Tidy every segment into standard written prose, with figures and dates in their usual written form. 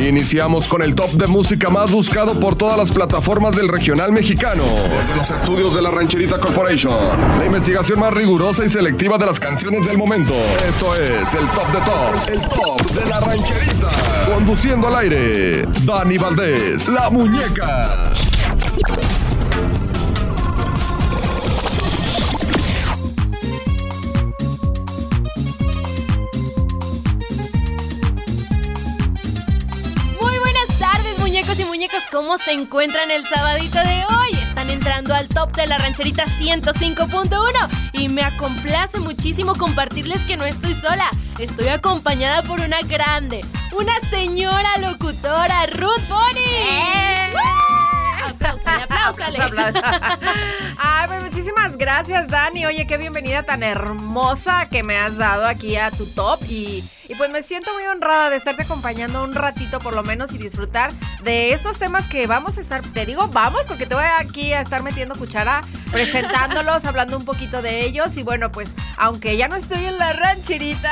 Iniciamos con el top de música más buscado por todas las plataformas del regional mexicano. Desde los estudios de la Rancherita Corporation, la investigación más rigurosa y selectiva de las canciones del momento. Esto es el top de tops, el top de la Rancherita. Conduciendo al aire, Dani Valdés, la muñeca. Muñecos y muñecas, ¿cómo se encuentran el sabadito de hoy? Están entrando al top de la Rancherita 105.1 y me complace muchísimo compartirles que no estoy sola. Estoy acompañada por una grande, una señora locutora, Ruth Bonnie. Aplausos. Ay, pues muchísimas gracias, Dani. Oye, qué bienvenida tan hermosa que me has dado aquí a tu top y pues me siento muy honrada de estarte acompañando un ratito por lo menos y disfrutar de estos temas que vamos a estar, te digo vamos, porque te voy aquí a estar metiendo cuchara, presentándolos, hablando un poquito de ellos y bueno, pues aunque ya no estoy en la rancherita,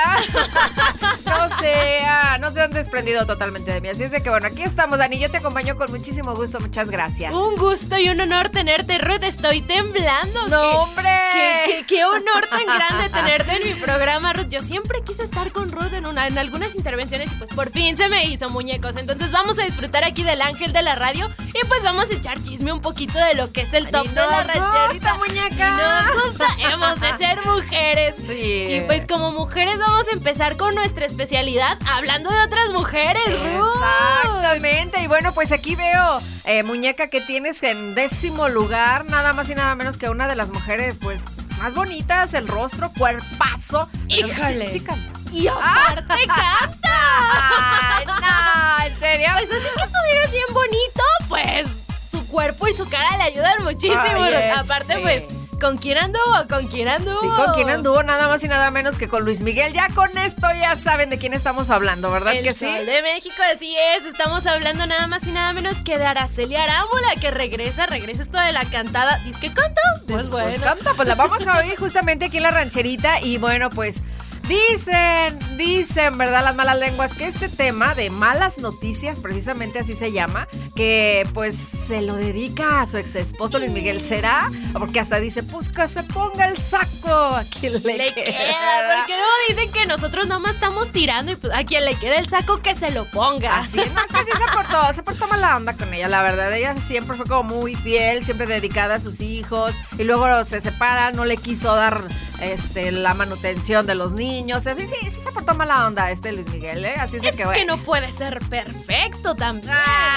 no se han desprendido totalmente de mí, así es de que bueno, aquí estamos, Dani, yo te acompaño con muchísimo gusto, muchas gracias. Un gusto y un honor tenerte, Ruth, estoy temblando. ¡No, hombre! ¡Qué honor tan grande tenerte en mi programa, Ruth! Yo siempre quise estar con Ruth en algunas intervenciones y pues por fin se me hizo, muñecos. Entonces vamos a disfrutar aquí del ángel de la radio y pues vamos a echar chisme un poquito de lo que es el top de la rancherita. Muñeca. Nos gusta, hemos de ser mujeres. Sí. Y pues como mujeres vamos a empezar con nuestra especialidad hablando de otras mujeres, Ruth. Exactamente. Y bueno, pues aquí veo, muñeca, que tienes en 10º lugar, nada más y nada menos que una de las mujeres, pues, más bonitas, el rostro, cuerpazo. ¡Híjole! Sí canta. Y aparte canta. Ay, no, ¿en serio? Pues así que estuvieras bien bonito, pues su cuerpo y su cara le ayudan muchísimo. Ay, aparte, sí. pues, ¿con quién anduvo? Sí, ¿con quién anduvo? Nada más y nada menos que con Luis Miguel. Ya con esto ya saben de quién estamos hablando, ¿verdad que sí? El Sol de México, así es. Estamos hablando nada más y nada menos que de Araceli Arámbula, que regresa esto de la cantada. ¿Dice que canta? Pues bueno. Pues canta, pues la vamos a oír justamente aquí en la rancherita. Y bueno, pues Dicen, ¿verdad? Las malas lenguas que este tema de malas noticias, precisamente así se llama, que pues se lo dedica a su ex esposo Luis Miguel. ¿Será? Porque hasta dice, pues que se ponga el saco. A quien le queda. Porque luego dicen que nosotros nomás estamos tirando y pues a quien le quede el saco que se lo ponga. Así es, más que sí se portó mala onda con ella, la verdad. Ella siempre fue como muy fiel, siempre dedicada a sus hijos. Y luego se separan, no le quiso dar la manutención de los niños. Sí, se portó mala onda Luis Miguel, ¿eh? Así es que bueno. Que no puede ser perfecto también.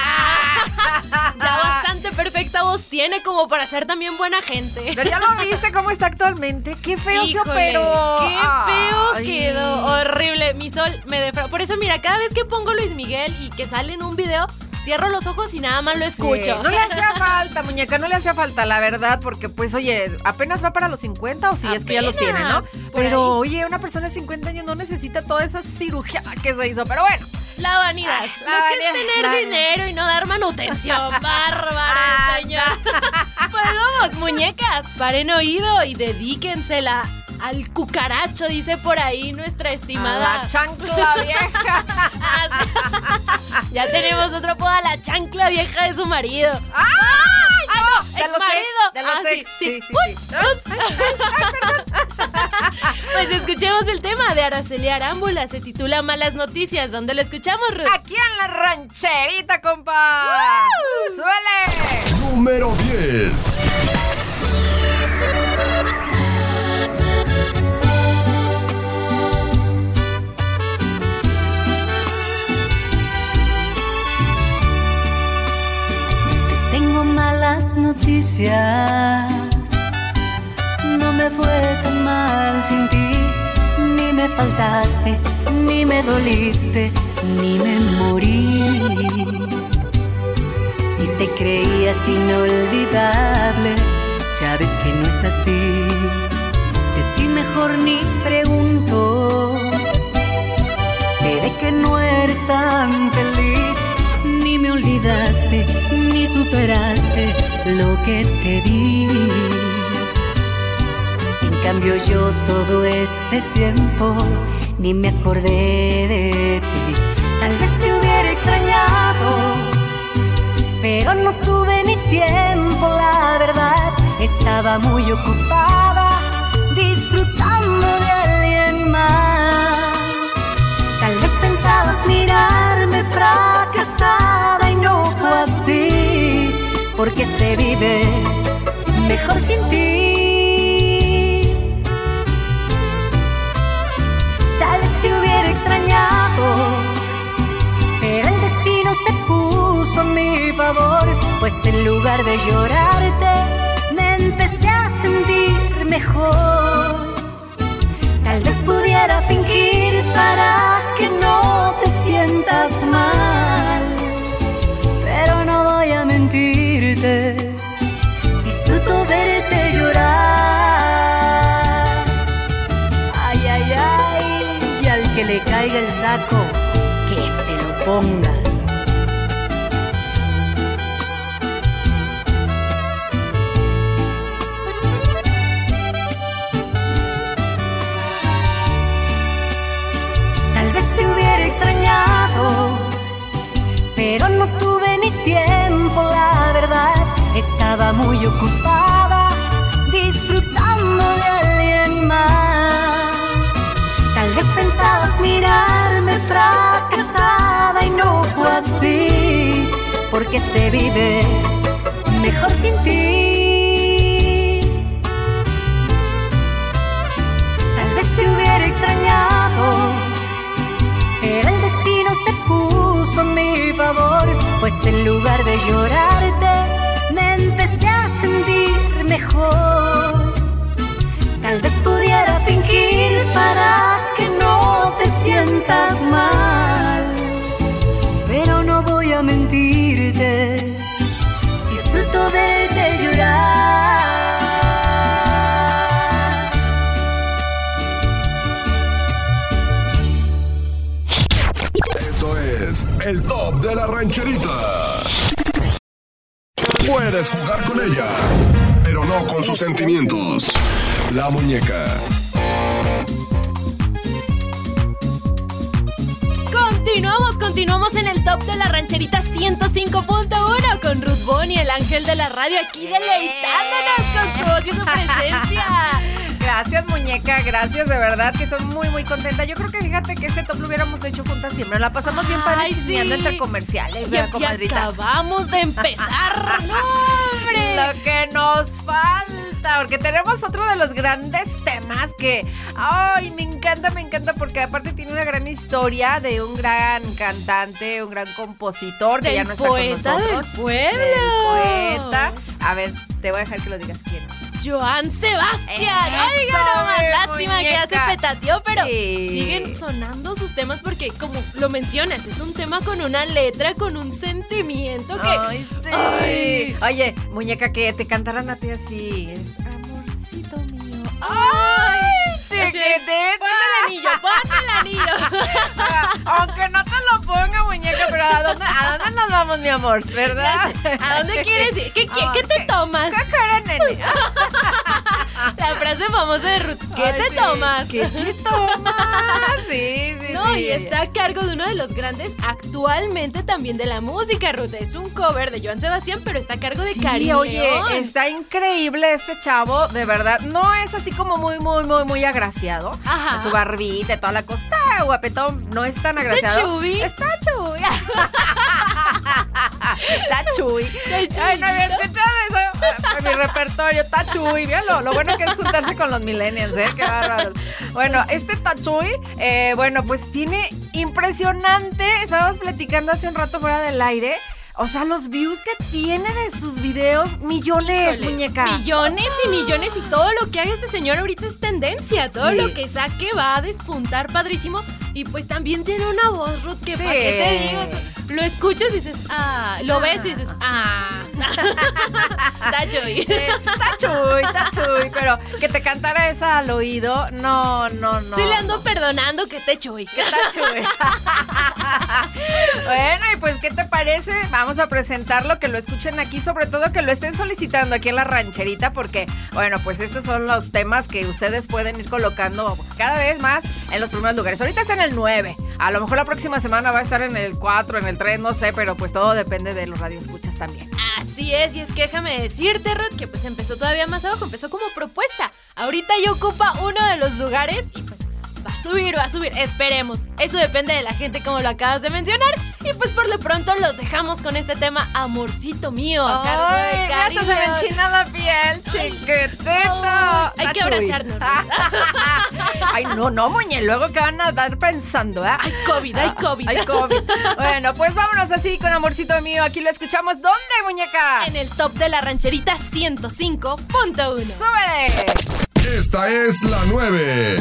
Ya bastante perfecta voz tiene como para ser también buena gente. Pero ya lo viste cómo está actualmente. Qué feo. Híjole, se operó. Qué feo quedó. Horrible. Mi Sol me defrauda. Por eso, mira, cada vez que pongo Luis Miguel y que sale en un video, cierro los ojos y nada más lo escucho. Sí, no le hacía falta, muñeca, no le hacía falta, la verdad, porque pues, oye, apenas va para los 50 o si es que ya los tiene, ¿no? Pero, oye, una persona de 50 años no necesita toda esa cirugía que se hizo, pero bueno. La vanidad. Que es tener dinero y no dar manutención. Bárbara, señor. Pues vamos, muñecas, paren oído y dedíquensela al cucaracho, dice por ahí nuestra estimada. A la chancla vieja. Ya tenemos otro apodo, a la chancla vieja de su marido. ¡Ay! No, de los marido. De los ex. Sí. Ups. Pues escuchemos el tema de Araceli Arámbula. Se titula Malas Noticias. ¿Dónde lo escuchamos, Ruth? Aquí en la rancherita, compa. ¡Suele! Número 10. Tengo malas noticias, no me fue tan mal sin ti, ni me faltaste, ni me doliste, ni me morí. Si te creías inolvidable, ya ves que no es así. De ti mejor ni pregunto, sé de que no eres tan feliz, ni me olvidaste, ni superaste lo que te di. En cambio yo todo este tiempo ni me acordé de ti. Tal vez te hubiera extrañado extrañado, pero no tuve ni tiempo, la verdad. Estaba muy ocupada disfrutando de alguien más. Tal vez pensabas mirarme fracasada y no fue así, porque se vive mejor sin ti. Tal vez te hubiera extrañado, pero el destino se puso a mi favor, pues en lugar de llorarte me empecé a sentir mejor. Tal vez pudiera fingir para que no te sientas mal, pero no voy a mentirte, disfruto verte llorar. Ay, ay, ay, y al que le caiga el saco, que se lo ponga. Tal vez te hubiera extrañado, pero no tuve ni tiempo, la verdad. Estaba muy ocupada disfrutando de alguien más. Tal vez pensabas mirarme fracasada y no fue así, porque se vive mejor sin ti. Tal vez te hubiera extrañado, pero el destino se puso a mi favor, pues en lugar de llorarte me empecé a sentir mejor. Tal vez pudiera fingir para que no te sientas mal, pero no voy a mentirte, disfruto verte llorar. Eso es el Top de la Rancherita. Puedes jugar con ella, pero no con sus sentimientos. La muñeca. Continuamos en el Top de la Rancherita 105.1 con Ruth Boni, el ángel de la radio, aquí deleitándonos con su voz y su presencia. Gracias, muñeca, gracias, de verdad que soy muy, muy contenta. Yo creo que fíjate que este top lo hubiéramos hecho juntas siempre. La pasamos bien padre chismeando entre comerciales, y acabamos de empezar. ¡No, hombre! Lo que nos falta, porque tenemos otro de los grandes temas que, ay, me encanta, porque aparte tiene una gran historia de un gran cantante, un gran compositor que ya no está con nosotros. Del pueblo. Del poeta. A ver, te voy a dejar que lo digas quién. Joan Sebastián. Oiga, nomás, lástima muñeca. Que ya se petateó, pero siguen sonando sus temas porque, como lo mencionas, es un tema con una letra, con un sentimiento que... Ay, sí. Ay. Oye, muñeca, que te cantaran a ti así. Amorcito mío. Ay, chiquitita. Ponme el anillo. Aunque no te lo ponga, muñeca, pero ¿a dónde nos vamos, mi amor? ¿Verdad? ¿A dónde quieres ir? ¿Qué te tomas? Cacara, nene. La frase famosa de Ruth. ¿Qué te tomas? ¿Qué te tomas? Sí. No, y está a cargo de uno de los grandes actualmente también de la música, Ruth. Es un cover de Joan Sebastián, pero está a cargo de Karim León. Oye, está increíble este chavo, de verdad. No es así como muy agraciado. Ajá. Su barbita y toda la cosa. Está guapetón, no es tan agraciado. Está chubi. Está chuy. Ay, no había escuchado eso. Mi repertorio está chuy. Míralo, lo bueno que es juntarse con los millennials, qué bárbaros. Bueno, este Tachuy, bueno, pues tiene impresionante. Estábamos platicando hace un rato fuera del aire. O sea, los views que tiene de sus videos, millones, híjole, muñeca. Millones y millones, y todo lo que haga este señor ahorita es tendencia. Todo lo que saque va a despuntar padrísimo. Y pues también tiene una voz, Ruth, que ¿para qué te digo? Lo escuchas y dices, lo ves y dices, está chuy. Está chuy, pero que te cantara esa al oído, no. Sí le ando perdonando que te chuy. Que está chuy. Bueno, y pues, ¿qué te parece? Vamos a presentarlo, que lo escuchen aquí, sobre todo que lo estén solicitando aquí en la rancherita, porque, bueno, pues estos son los temas que ustedes pueden ir colocando cada vez más en los primeros lugares. Ahorita está en el 9. A lo mejor la próxima semana va a estar en el 4, en el 3, no sé, pero pues todo depende de los radioescuchas también. Así es, y es que déjame decirte, Ruth, que pues empezó todavía más abajo, empezó como propuesta. Ahorita ya ocupa uno de los lugares y pues va a subir, esperemos. Eso depende de la gente, como lo acabas de mencionar. Y pues por lo pronto los dejamos con este tema, Amorcito Mío, a cargo de Cari. Hasta se me enchina la piel, chiquitito. Hay que abrazarnos. Ay, no, muñe, luego que van a estar pensando, ¿eh? Hay COVID. Bueno, pues vámonos así con Amorcito Mío. Aquí lo escuchamos. ¿Dónde, muñeca? En el top de la rancherita 105.1. ¡Súbele! Esta es la 9.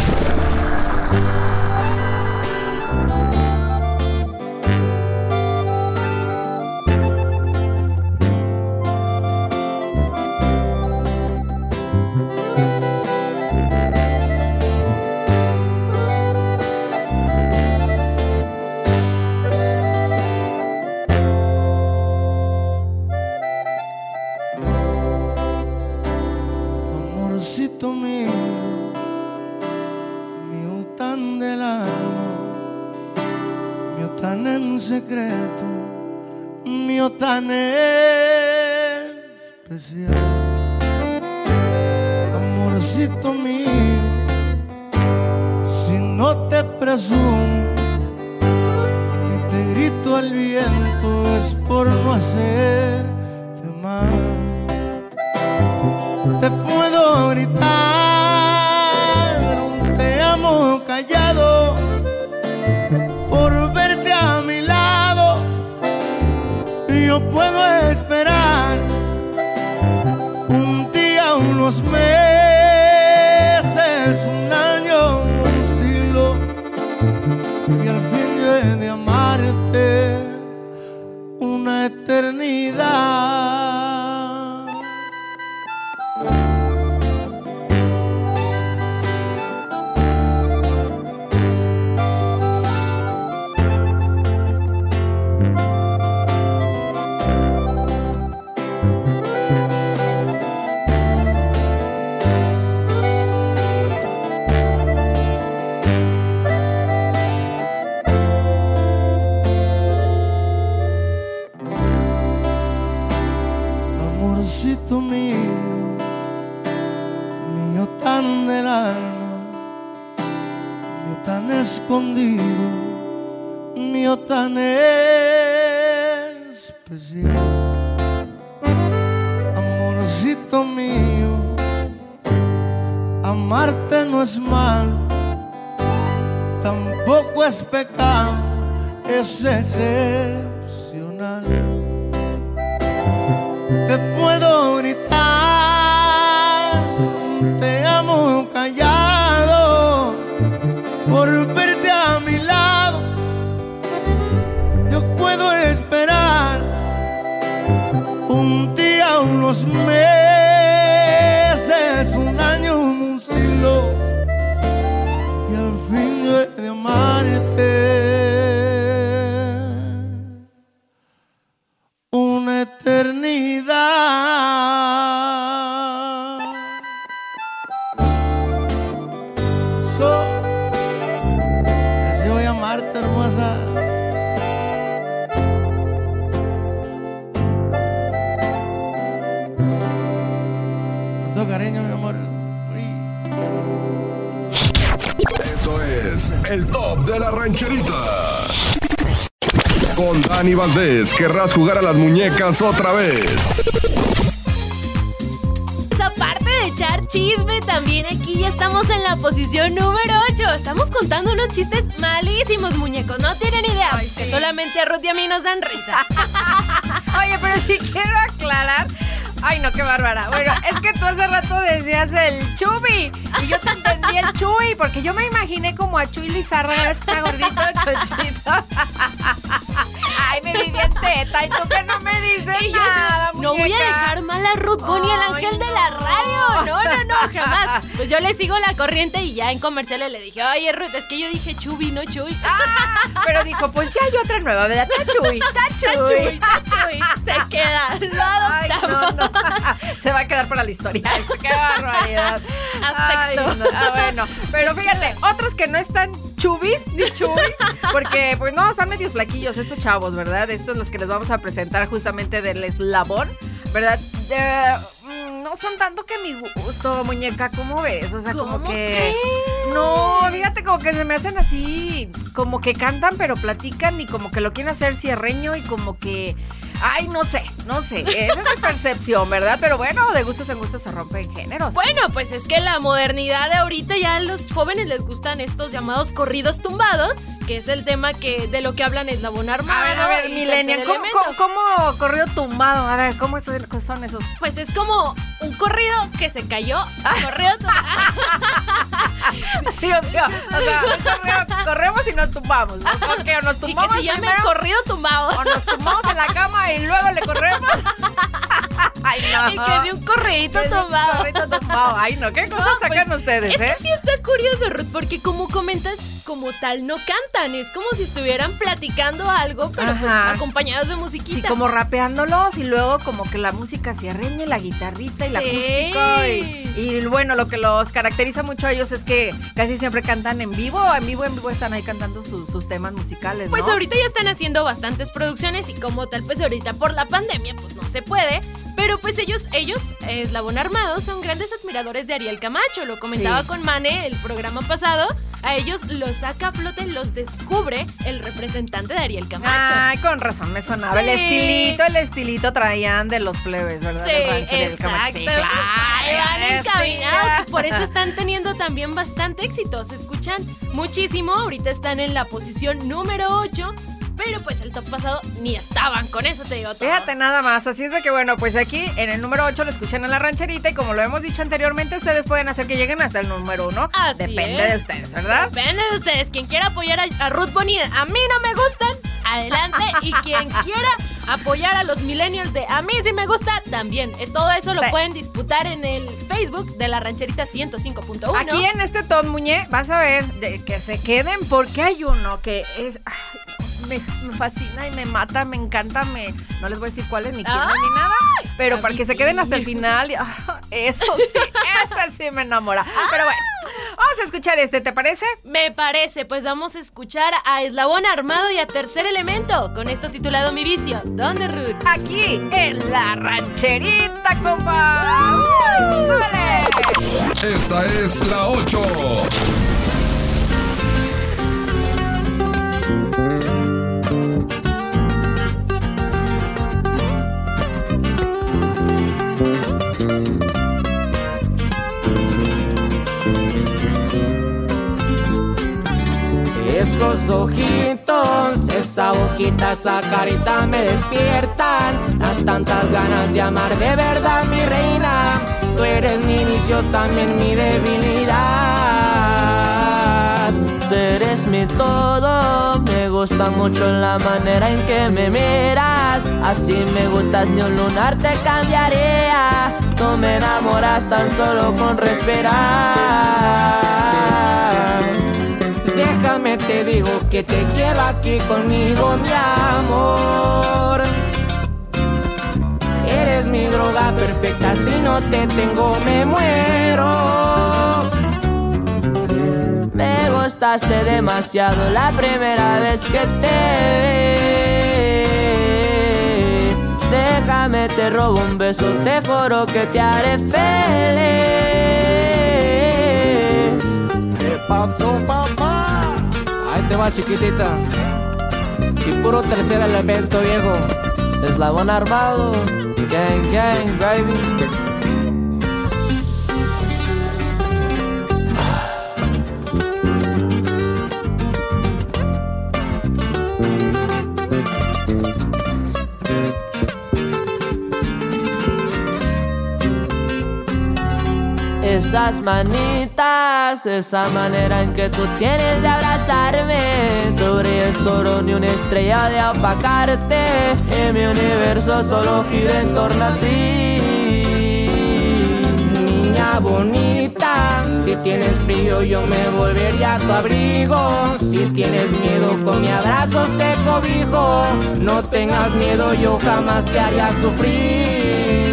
Amorcito mío, mío tan del alma, mío tan en secreto, mío tan especial. Amorcito mío, si no te presumo ni te grito al viento, es por no hacerte mal. Te puedo gritar un te amo callado por verte a mi lado. Yo puedo esperar un día, unos meses, un año, un siglo, y al fin yo he de amarte una eternidad. Amorcito mío, mío tan del alma, mío tan escondido, mío tan especial. Amorcito mío, amarte no es malo, tampoco es pecado, es excepcional. Te puedo gritar, te amo callado, por verte a mi lado. Yo puedo esperar un día, unos meses, un año, un siglo, y al fin yo he de amarte una eternidad. Así voy a amarte, hermosa. Con todo cariño, mi amor. Eso es el top de la rancherita. Con Dani Valdés, ¿querrás jugar a las muñecas otra vez? Aparte de echar chisme, también aquí ya estamos en la posición número 8. Estamos contando unos chistes malísimos, muñecos. No tienen idea, Ay, que sí. solamente a Ruth y a mí nos dan risa. Oye, pero sí quiero aclarar. Ay, no, qué bárbara. Bueno, es que tú hace rato decías el Chubi y yo te entendí el Chuy, porque yo me imaginé como a Chuy Lizarra, ves que está gordito, chochito. Ay, Ay, me vi bien teta. ¿Y tú que no me dices Y yo, nada, no voy a muñeca? dejar mal a Ruth Bonnie, el ángel de la radio. No, jamás. Pues yo le sigo la corriente y ya en comerciales le dije, oye, Ruth, es que yo dije Chubi, no Chuy. Pero dijo, pues ya hay otra nueva, ¿verdad? Tachuy. Tachuy. Se queda. Lo Ay, adoptamos. no. Se va a quedar para la historia. Eso, qué barbaridad. Ay, Acepto. no. Bueno, pero fíjate, otros que no están chubis ni chubis, porque pues no, están medios flaquillos estos chavos, ¿verdad? Estos los que les vamos a presentar justamente del eslabón, ¿verdad? No son tanto que mi gusto, muñeca, ¿cómo ves? O sea, como ¿Cómo que... crees? No, fíjate, como que se me hacen así, como que cantan pero platican y como que lo quieren hacer cierreño y como que... Ay, no sé, esa es mi percepción, ¿verdad? Pero bueno, de gustos en gustos se rompen géneros. Bueno, pues es que la modernidad de ahorita ya a los jóvenes les gustan estos llamados corridos tumbados, que es el tema de lo que hablan Eslabón Armado. A ver, y Millennial, Tercer Elemento. ¿cómo corrido tumbado? A ver, ¿cómo son esos? Pues es como un corrido que se cayó, corrido tumbado. Sí, o sea, corremos y nos tumbamos, ¿no? Porque o nos Y que tumbamos se llame primero, corrido tumbado. o nos tumbamos en la cama y luego le corremos. Ay, no. Y que es un corridito Que es un tumbado. corridito tumbado. Ay, no, ¿qué cosas No, sacan pues, ustedes, Es que sí está curioso, Ruth, porque como comentas, como tal no cantan. Es como si estuvieran platicando algo, pero pues Ajá. acompañados de musiquita. Sí, como rapeándolos y luego como que la música cierreña y la guitarrita y la Sí. acústico y bueno, lo que los caracteriza mucho a ellos es que casi siempre cantan en vivo están ahí cantando sus temas musicales, ¿no? Pues ahorita ya están haciendo bastantes producciones y como tal, pues ahorita por la pandemia, pues no se puede. Pero pues ellos, Eslabón Armado, son grandes admiradores de Ariel Camacho. Lo comentaba Sí. con Mane el programa pasado. A ellos los saca a flote, los descubre el representante de Ariel Camacho. Ay, con razón me sonaba. Sí. El estilito traían de los plebes, ¿verdad? Sí, Del rancho de Ariel Camacho. Sí, exacto. Ahí van sí. encaminados. Por eso están teniendo también bastante éxito. Se escuchan muchísimo. Ahorita están en la posición número 8. Pero pues el top pasado ni estaban. Con eso te digo todo. Fíjate nada más, así es de que bueno, pues aquí en el número 8 lo escuchan en la rancherita y como lo hemos dicho anteriormente, ustedes pueden hacer que lleguen hasta el número 1. Así Depende es. de ustedes, ¿verdad? Depende de ustedes. Quien quiera apoyar a Ruth Bonnie, a mí no me gustan, adelante. Y quien quiera apoyar a los millennials de a mí sí me gusta, también. Todo eso lo Sí. pueden disputar en el Facebook de la rancherita 105.1. Aquí en este top, Muñe, vas a ver de que se queden porque hay uno que es... ay, me fascina y me mata, me encanta, no les voy a decir cuál es, ni quién es, ni nada, pero a para mí que se sí. queden hasta el final, eso sí me enamora. Pero bueno, vamos a escuchar ¿te parece? Me parece, pues vamos a escuchar a Eslabón Armado y a Tercer Elemento con esto titulado Mi Vicio. ¿Dónde, Ruth? Aquí en la rancherita, compa. ¡Uy, súbele! Esta es la 8. Esos ojitos, esa boquita, esa carita me despiertan las tantas ganas de amar de verdad, mi reina. Tú eres mi vicio, también mi debilidad. Tú eres mi todo, me gusta mucho la manera en que me miras. Así me gustas, ni un lunar te cambiaría. Tú me enamoras tan solo con respirar. Déjame te digo que te quiero aquí conmigo, mi amor. Eres mi droga perfecta, si no te tengo me muero. Me gustaste demasiado la primera vez que te vi. Déjame te robo un beso, te juro que te haré feliz. ¿Qué pasó, papá? Ahí te va, chiquitita. Y puro Tercer Elemento, viejo. Eslabón Armado. Gang, gang, baby. Esas manitas, esa manera en que tú tienes de abrazarme. Tu brillo es tesoro ni una estrella de apacarte. En mi universo solo gira en torno a ti. Niña bonita, si tienes frío yo me volvería a tu abrigo. Si tienes miedo con mi abrazo te cobijo. No tengas miedo, yo jamás te haría sufrir.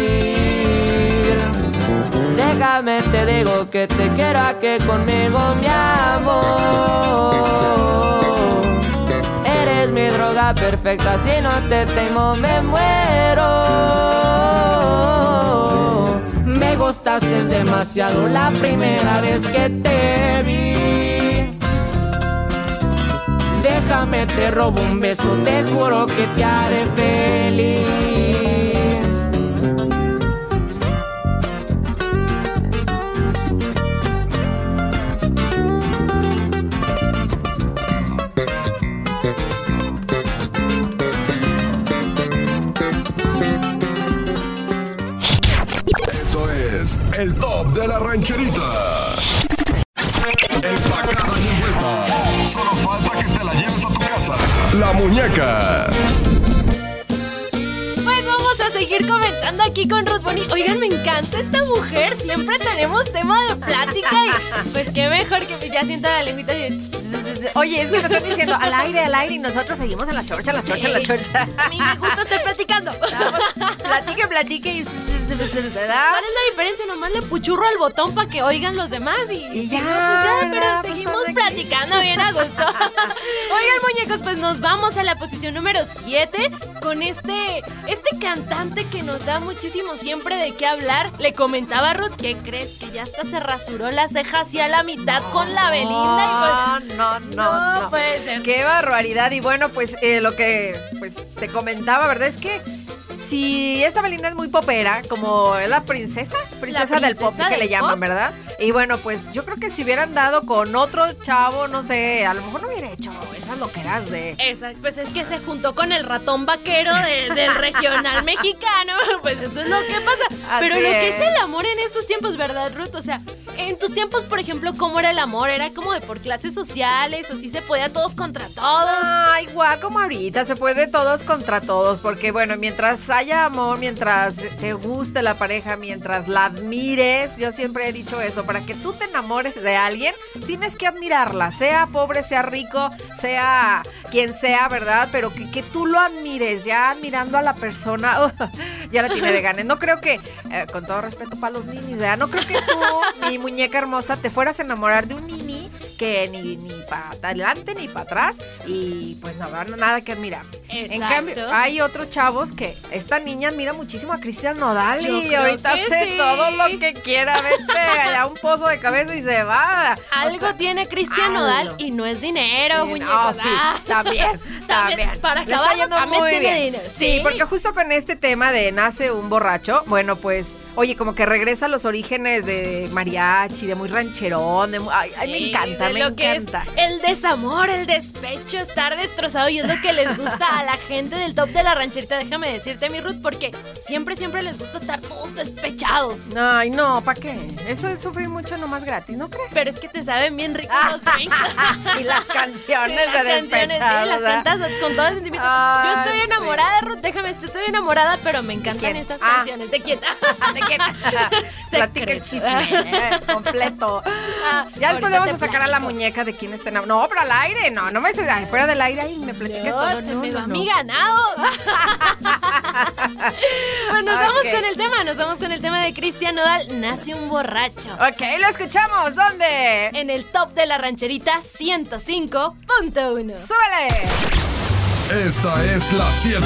Déjame te digo que te quiero aquí conmigo, mi amor. Eres mi droga perfecta, si no te tengo me muero. Me gustaste demasiado la primera vez que te vi. Déjame te robo un beso, te juro que te haré feliz. El top de la rancherita. Empacada y envuelta. Solo falta que te la lleves a tu casa. La muñeca. Pues vamos a seguir comentando aquí con Ruth Bonnie. Oigan, me encanta esta mujer. Siempre tenemos tema de plática. Y pues qué mejor que ya sienta la lengüita y... Oye, es que nos están diciendo al aire y nosotros seguimos en la chorcha. A mí me gusta estar platicando. Platique y... ¿Cuál es la diferencia? Nomás le puchurro al botón para que oigan los demás y ya, no, pues ya, pero ¿verdad? seguimos Pues platicando bien a gusto. Oigan, muñecos, pues nos vamos a la posición número 7 con este cantante que nos da muchísimo siempre de qué hablar. Le comentaba a Ruth, ¿qué crees? Que ya hasta se rasuró la ceja hacia la mitad con la Belinda y pues... No puede ser. Qué barbaridad. Y bueno, pues lo que pues te comentaba, ¿verdad? Es que si esta Belinda es muy popera, como es la princesa del pop que le llaman, ¿verdad? Y bueno, pues yo creo que si hubieran dado con otro chavo, no sé, a lo mejor no hubiera hecho esas loqueras de... Pues es que se juntó con el ratón vaquero del regional mexicano, pues eso es lo que pasa. Pero lo que es el amor en estos tiempos, ¿verdad, Ruth? O sea, en tus tiempos, por ejemplo, ¿cómo era el amor? ¿Era como de por clases sociales o sí se podía todos contra todos? Ah, igual como ahorita, se puede todos contra todos, porque bueno, mientras haya amor, mientras te guste la pareja, mientras la admires, yo siempre he dicho eso, para que tú te enamores de alguien, tienes que admirarla, sea pobre, sea rico, sea quien sea, ¿verdad? Pero que tú lo admires, ya admirando a la persona, ya la tiene de ganas. No creo que, con todo respeto para los ninis, ¿verdad? No creo que tú, mi muñeca hermosa, te fueras a enamorar de un nini que ni para adelante ni para atrás y pues no habrá nada que admirar. Exacto. En cambio, hay otros chavos que esta niña admira muchísimo a Cristian Nodal Yo y creo ahorita que hace sí. todo lo que quiera, vete allá un pozo de cabeza y se va. Algo tiene Cristian Nodal y no es dinero, muñecos. Sí, también. Para Le está acabar yendo también muy tiene bien. dinero. Sí, porque justo con este tema de nace un borracho, bueno, pues, oye, como que regresa a los orígenes de mariachi, de muy rancherón, ay, me encanta, me encanta. El desamor, el despecho, estar destrozado y es lo que les gusta a la gente del top de la rancherita, déjame decirte, mi Ruth, porque siempre les gusta estar todos despechados. Ay, no, ¿para qué? Eso es sufrir mucho nomás gratis, ¿no crees? Pero es que te saben bien ricos los drinks. Y las canciones de despechados. Sí, las cantas con todo el sentimiento. Yo estoy enamorada, Ruth, déjame, estoy enamorada, pero me encantan estas canciones. ¿De quién? ¿De quién? Platica el chisme completo. Ya después le vamos a sacar a la muñeca de quién está enamorado. No, pero al aire, no me dices, fuera del aire ahí me platiques todo. Se me va mi ganado. Pues nos vamos con el tema de Cristian Nodal, Nace un borracho. Ok, lo escuchamos, ¿dónde? En el top de la rancherita 105.1. ¡Súbele! Esta es la 7.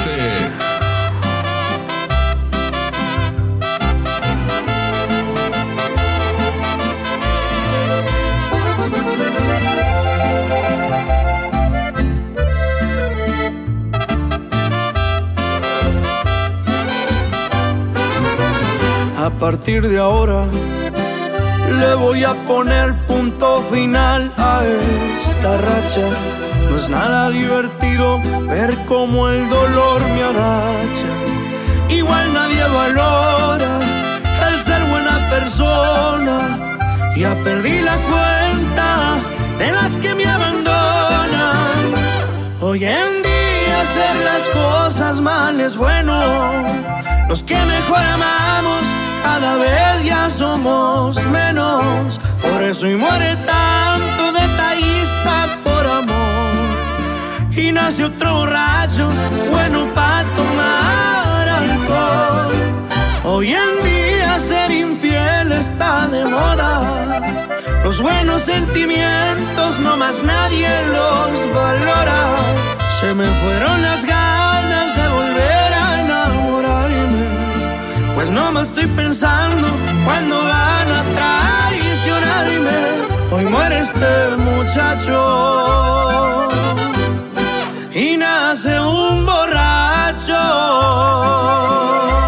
A partir de ahora le voy a poner punto final a esta racha. No es nada divertido ver cómo el dolor me aracha. Igual nadie valora el ser buena persona. Ya perdí la cuenta de las que me abandonan. Hoy en día hacer las cosas mal es bueno. Los que mejor amamos cada vez ya somos menos. Por eso y muere tanto detallista por amor. Y nace otro borracho bueno pa' tomar alcohol. Hoy en día ser infiel está de moda. Los buenos sentimientos no más nadie los valora. Se me fueron las ganas de volver a enamorarme, pues no me estoy pensando cuándo van a traicionarme. Hoy muere este muchacho y nace un borracho.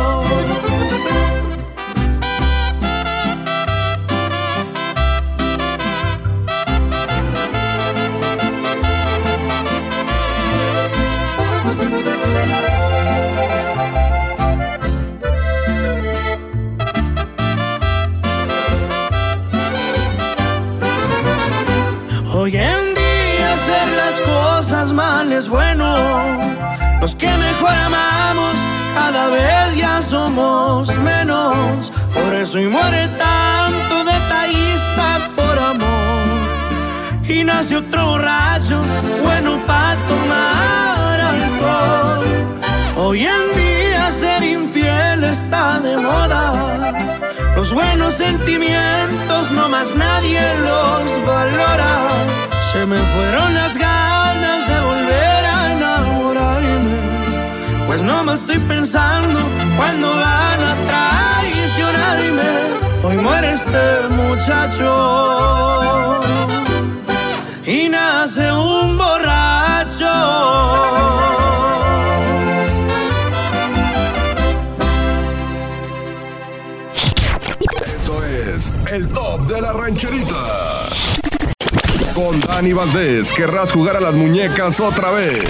Hoy en día hacer las cosas mal es bueno. Los que mejor amamos cada vez ya somos menos. Por eso y muere tanto detallista por amor. Y nace otro borracho bueno pa' tomar alcohol. Hoy en día ser infiel está de moda. Los buenos sentimientos no más nadie los valora. Se me fueron las ganas de volver a enamorarme, pues no me estoy pensando cuándo van a traicionarme. Hoy muere este muchacho y nace un borracho. El top de la rancherita. Con Dani Valdés, ¿querrás jugar a las muñecas otra vez?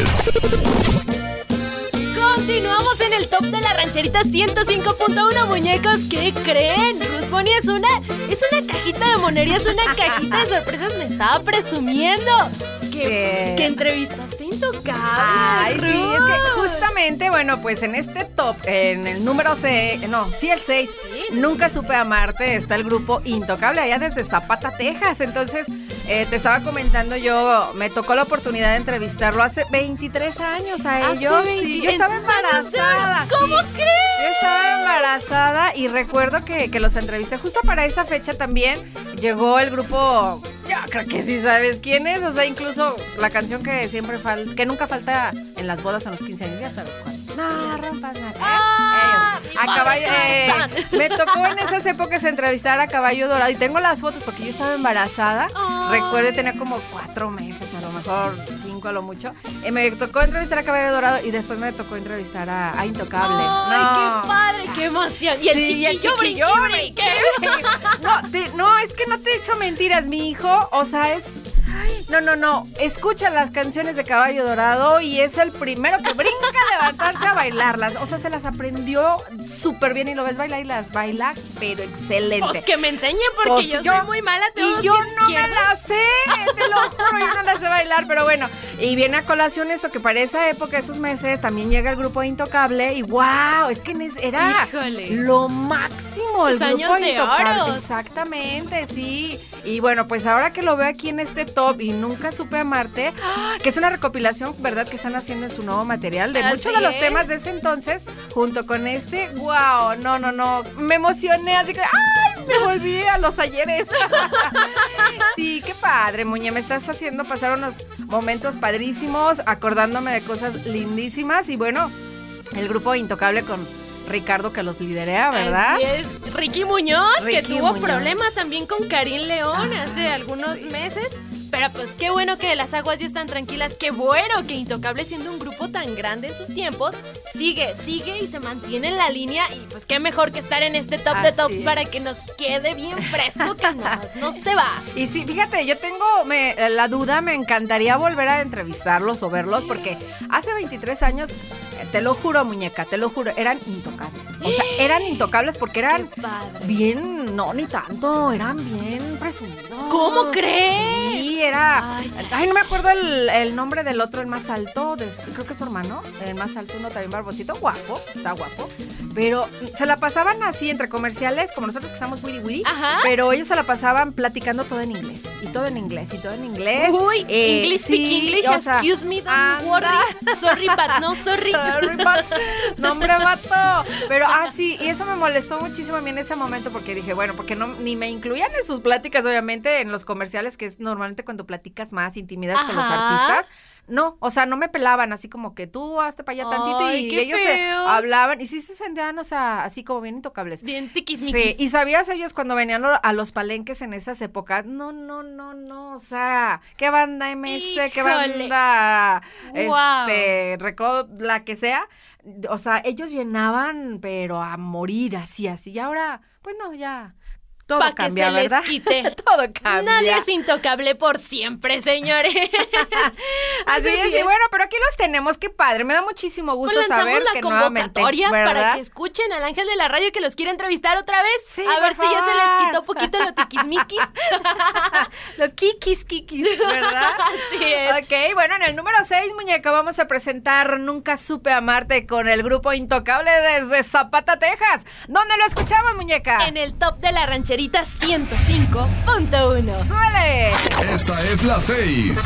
Continuamos en el top de la rancherita 105.1, muñecos. ¿Qué creen? Good Bunny es una cajita de monerías, una cajita de sorpresas. Me estaba presumiendo que entrevistaste Intocable. Ay, sí, es que justamente, bueno, pues en este top, en el número el 6, sí, Nunca Supe Amarte, está el grupo Intocable, allá desde Zapata, Texas. Entonces, te estaba comentando yo, me tocó la oportunidad de entrevistarlo hace 23 años a ellos. Sí, yo estaba embarazada. ¿Cómo crees? Yo estaba embarazada y recuerdo que los entrevisté justo para esa fecha también. Llegó el grupo, yo creo que sí sabes quién es, o sea, incluso la canción que siempre que nunca falta en las bodas a los 15 años, ya sabes cuál. No rompas nada. A Caballo, me tocó en esas épocas entrevistar a Caballo Dorado y tengo las fotos porque yo estaba embarazada. Recuerdo tener como 4 meses, a lo mejor 5 a lo mucho. Me tocó entrevistar a Caballo Dorado y después me tocó entrevistar a Intocable. ¡Ay, qué padre! ¡Qué emoción! Y el chiquillo brinque. No, es que no te he hecho mentiras. Mi hijo, o sea, es... No. Escucha las canciones de Caballo Dorado y es el primero que brinca a levantarse a bailarlas. O sea, se las aprendió súper bien y lo ves bailar y las baila, pero excelente. Pues que me enseñen porque yo soy muy mala. Y yo no me la sé, te lo juro, yo no la sé bailar, pero bueno. Y viene a colación esto que para esa época, esos meses, también llega el grupo Intocable y wow, es que era lo máximo. Sus el grupo años de oro. Exactamente, sí. Y bueno, pues ahora que lo veo aquí en este top y Nunca Supe Amarte, que es una recopilación, ¿verdad?, que están haciendo en su nuevo material de muchos de los temas de ese entonces, junto con este, wow, no, me emocioné, así que, ¡ay! Me volví a los ayeres. Sí, qué padre, Muñe, me estás haciendo pasar unos momentos padrísimos, acordándome de cosas lindísimas y bueno, el grupo Intocable con Ricardo que los liderea, ¿verdad? Así es. Ricky Muñoz, que tuvo problema también con Karim León hace algunos meses. Pero pues qué bueno que las aguas ya están tranquilas. Qué bueno que Intocable, siendo un grupo tan grande en sus tiempos, sigue y se mantiene en la línea. Y pues qué mejor que estar en este top de tops para que nos quede bien fresco, que no se va. Y sí, fíjate, yo tengo la duda, me encantaría volver a entrevistarlos o verlos, porque hace 23 años te lo juro, muñeca, te lo juro, eran intocables. O sea, eran intocables porque eran bien, no, ni tanto, eran bien presumidos. ¿Cómo crees? Sí, era... Ay, no me acuerdo el nombre del otro, el más alto, creo que es su hermano, el más alto, uno también barbosito, guapo, está guapo. Pero se la pasaban así entre comerciales, como nosotros que estamos wiri, pero ellos se la pasaban platicando todo en inglés, y todo en inglés, y todo en inglés. Uy, English speak English, excuse me, don't worry. Sorry, but no, sorry. Sorry, but... No, hombre, vato. Pero sí, y eso me molestó muchísimo a mí en ese momento porque dije, bueno, porque ni me incluían en sus pláticas, obviamente, en los comerciales, que es normalmente cuando platicas más, intimidas con los artistas. No, o sea, no me pelaban, así como que tú hazte para allá tantito. Ay, y ellos se hablaban y sí se sentían, o sea, así como bien intocables. Bien tiquismiquis. Sí, y sabías ellos cuando venían a los palenques en esas épocas, no, o sea, qué banda MS, Híjole. qué banda, Wow. Record, la que sea, o sea, ellos llenaban, pero a morir, así, y ahora, pues no, ya... Todo Pa' cambia, que se ¿verdad? les quite. Todo cambia. Nadie es intocable por siempre, señores. Así es, y bueno, pero aquí los tenemos, qué padre. Me da muchísimo gusto Pues lanzamos saber la que nuevamente, convocatoria ¿verdad? para que escuchen al ángel de la radio que los quiere entrevistar otra vez. Sí, a ver por si ya se les favor. quitó poquito lo tiquismiquis. Lo kikis, ¿verdad? Así es. Ok, bueno, en el número 6, muñeca, vamos a presentar Nunca Supe Amarte con el grupo Intocable desde Zapata, Texas. ¿Dónde lo escuchamos, muñeca? En el top de la rancherita 105.1. ¡Suele! Esta es la 6.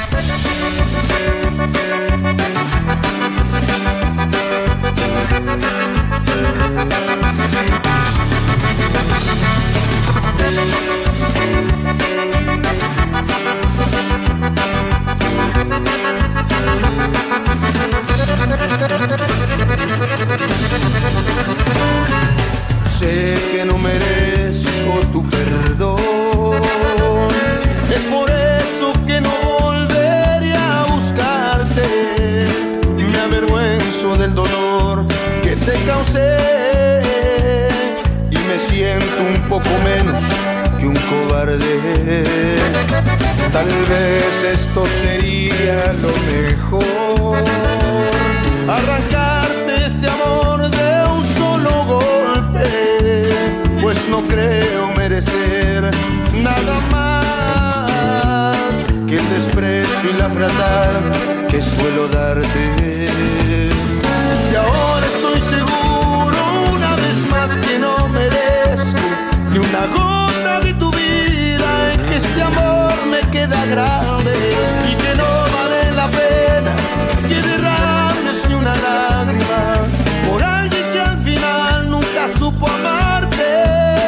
Sé que no merezco tu perdón, es por eso que no volvería a buscarte. Me avergüenzo del dolor que te causé y me siento un poco menos que un cobarde. Tal vez esto sería lo mejor, arrancarte este amor de un solo golpe, pues no creo merecer nada más que el desprecio y la frialdad que suelo darte. Y ahora estoy seguro una vez más que no merezco ni una gota de tu vida, en que este amor me queda grande y que no vale la pena que derrames ni una lágrima por alguien que al final nunca supo amarte.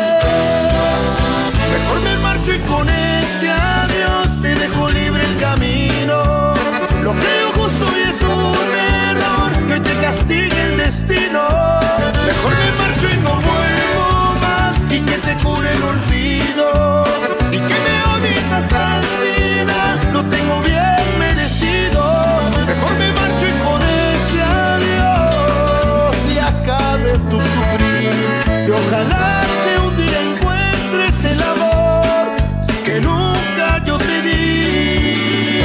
Mejor me marcho y con este adiós te dejo libre el camino. Lo creo justo y es un error que te castigue el destino. Mejor me marcho y no vuelvo más y que te cure el olvido y que me odies hasta el final. Lo tengo bien merecido. Mejor me marcho y con este adiós y acabe tu sufrir. Y ojalá que un día encuentres el amor que nunca yo te di.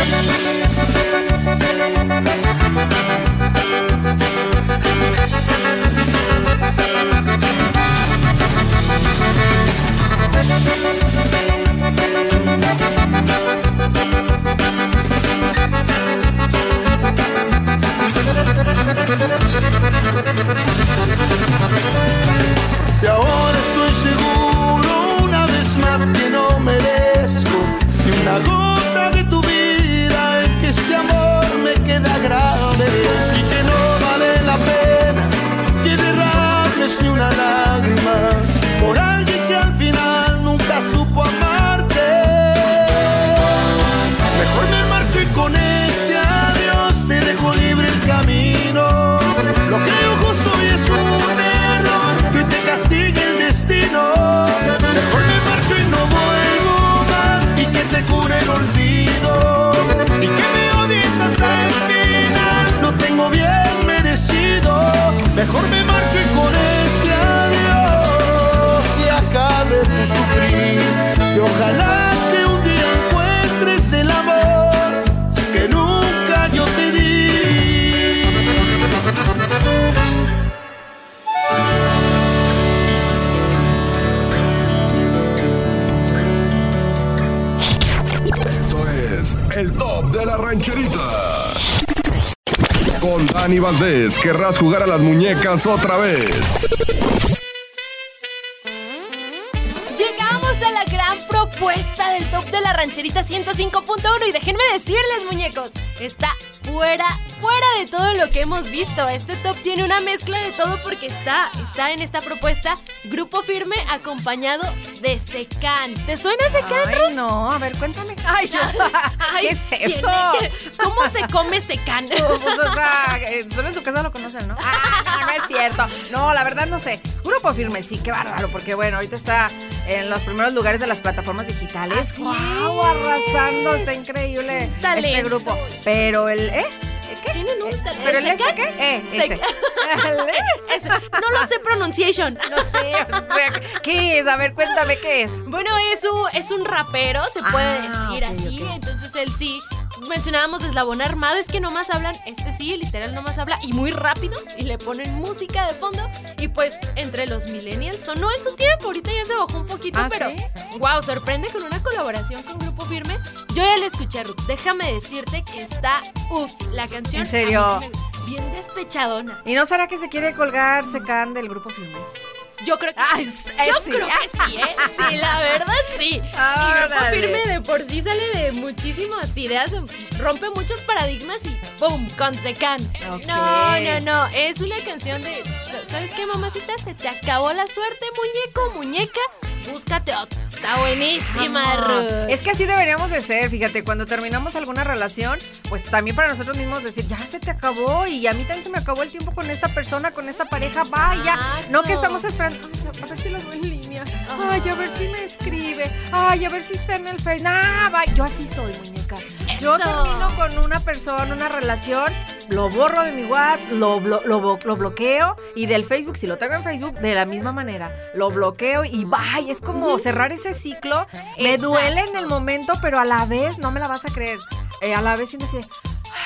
Y ahora estoy seguro una vez más que no merezco ni una gota de tu vida, en que este amor me queda grave Con Dani Valdés, ¿querrás jugar a las muñecas otra vez? Llegamos a la gran propuesta del top de la rancherita 105.1 y déjenme decirles, muñecos, está fuera de todo lo que hemos visto. Este top tiene una mezcla de todo porque está en esta propuesta Grupo Firme acompañado de Secán. ¿Te suena Secán, Ruth? Ay, no, a ver, cuéntame. Ay, ¿qué es eso? ¿Cómo se come Secán? Pues, o sea, solo en su casa lo conocen, ¿no? No es cierto. No, la verdad no sé. Grupo Firme, sí, qué bárbaro, porque bueno, ahorita está en los primeros lugares de las plataformas digitales. Así ¡Wow! es. Arrasando, está increíble Talento. este grupo. Pero ¿qué? ¿Tienen un talento? ¿Pero el ¿Secán? qué? Ese. Ese. No lo sé pronunciation. No sé, o sea, ¿qué es? A ver, cuéntame qué es. Bueno, es un rapero, se puede decir ok, así. ok. Entonces él sí. Mencionábamos Eslabón Armado, es que nomás hablan, sí, literal nomás habla y muy rápido y le ponen música de fondo y pues entre los millennials sonó en su tiempo, ahorita ya se bajó un poquito, pero ¿sí? wow, sorprende con una colaboración con Grupo Firme. Yo ya la escuché, Ruth, déjame decirte que está la canción. ¿En serio? a mí sí bien despechadona. ¿Y no será que se quiere colgar Secán del Grupo Firme? Yo creo que Ay, sí. sí. Yo creo que sí, ¿eh? Sí, la verdad sí. Y Grupo Órale. Firme de por sí sale de muchísimas ideas, rompe muchos paradigmas y ¡pum! Con Secán. Ok. No. Es una canción de. ¿Sabes qué, mamacita? Se te acabó la suerte, muñeca. Búscate otro. Está buenísima, Ruth. Es que así deberíamos de ser, fíjate, cuando terminamos alguna relación, pues también para nosotros mismos decir, ya se te acabó y a mí también se me acabó el tiempo con esta persona, con esta pareja, vaya. Exacto. No que estamos esperando, ay, a ver si los veo en línea, ay, a ver si me escribe, ay, a ver si está en el Face, va. Yo así soy, muñeca. Yo Eso. termino con una persona, una relación, lo borro de mi WhatsApp, lo bloqueo y del Facebook, si lo tengo en Facebook, de la misma manera, lo bloqueo y vaya, es como cerrar ese ciclo. Me Exacto. duele en el momento, pero a la vez no me la vas a creer. A la vez siento así,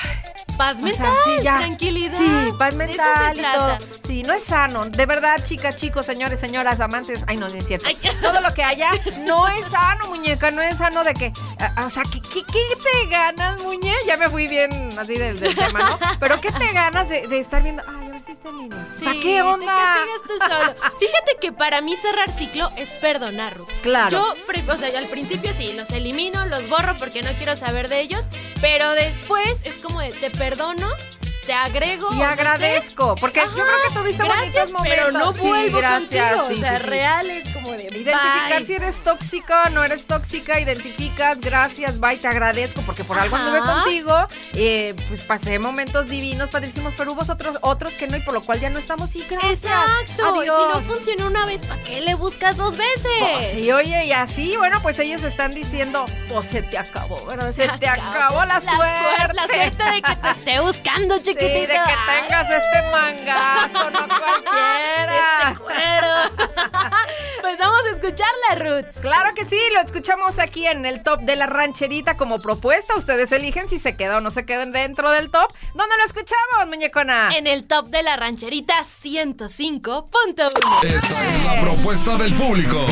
Paz o sea, mental, sí, ya. tranquilidad. Sí, paz De mental eso y se todo. trata. Sí, no es sano. De verdad, chicas, chicos, señores, señoras, amantes. Ay, no es cierto. Ay. Todo lo que haya no es sano, muñeca. No es sano de que. O sea, ¿qué te ganas, muñe? Ya me fui bien así del tema, ¿no? Pero ¿qué te ganas de estar viendo? Ay, a ver si está en línea. Sí, o sea, ¿qué onda? te castigas tú solo. Fíjate que para mí cerrar ciclo es perdonar, Ruth. Claro. Yo, o sea, al principio sí, los elimino, los borro porque no quiero saber de ellos, pero después es como de, te perdono, te agrego. Y no sé. agradezco, porque yo creo que tuviste Gracias, bonitos momentos. pero no Sí, vuelvo gracias. contigo. Sí, o sea, sí, sí. real es como de Identificar bye. si eres tóxica, no eres tóxica, identificas, gracias, bye, te agradezco porque por algo Ajá. anduve contigo, pues pasé momentos divinos, padrísimos, pero hubo otros que no y por lo cual ya no estamos y gracias. Exacto. Adiós. Si no funcionó una vez, ¿para qué le buscas dos veces? Pues sí, oye, y así, bueno, pues ellos están diciendo, pues se te acabó, ¿verdad? Se te acabó la suerte. La suerte de que te esté buscando, Sí, chiquitita. de que tengas este mangazo, no cualquiera. Este cuero. Pues vamos a escucharla, Ruth. Claro que sí, lo escuchamos aquí en el top de la rancherita como propuesta. Ustedes eligen si se queda o no se quedan dentro del top. ¿Dónde lo escuchamos, muñecona? En el top de la rancherita 105.1. Esta es la propuesta del público.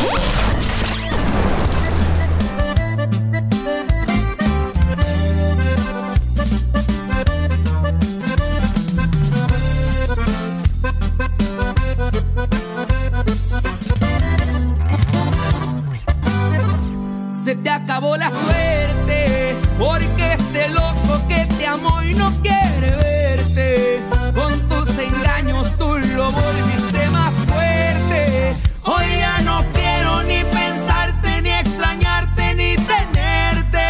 Se te acabó la suerte, porque este loco que te amó y no quiere verte, con tus engaños tú lo volviste más fuerte. Hoy ya no quiero ni pensarte, ni extrañarte, ni tenerte.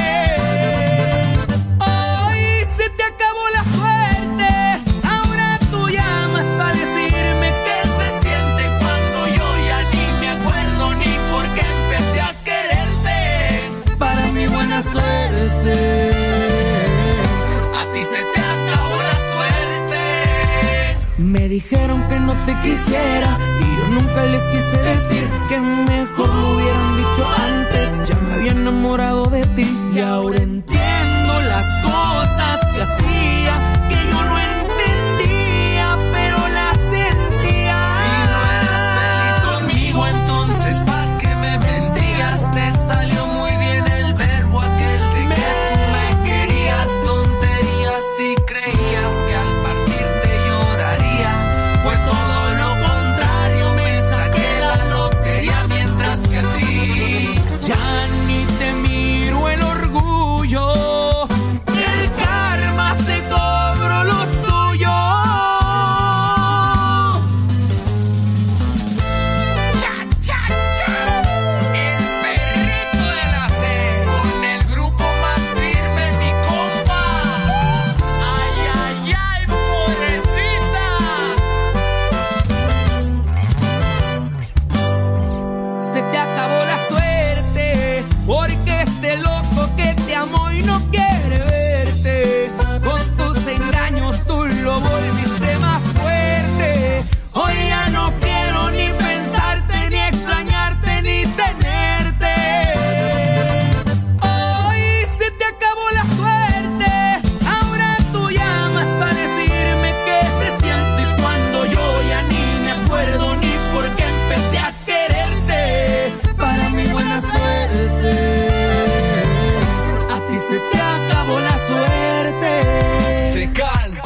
Hoy se te acabó la suerte, ahora tú llamas para decirme qué se siente cuando yo ya ni me acuerdo ni por qué empecé a quererte. Para mi buena suerte, a ti se te acabó la suerte. Me dijeron que no te quisiera y yo nunca les quise decir que mejor lo hubieran dicho antes. Ya me había enamorado de ti y ahora entiendo las cosas que hacía, que yo no entendía, pero las sentía. Si no eras feliz conmigo, entonces ¿para qué me mentías? Te salió muy bien el verbo aquel de que tú me querías. Tonterías y creías que al partir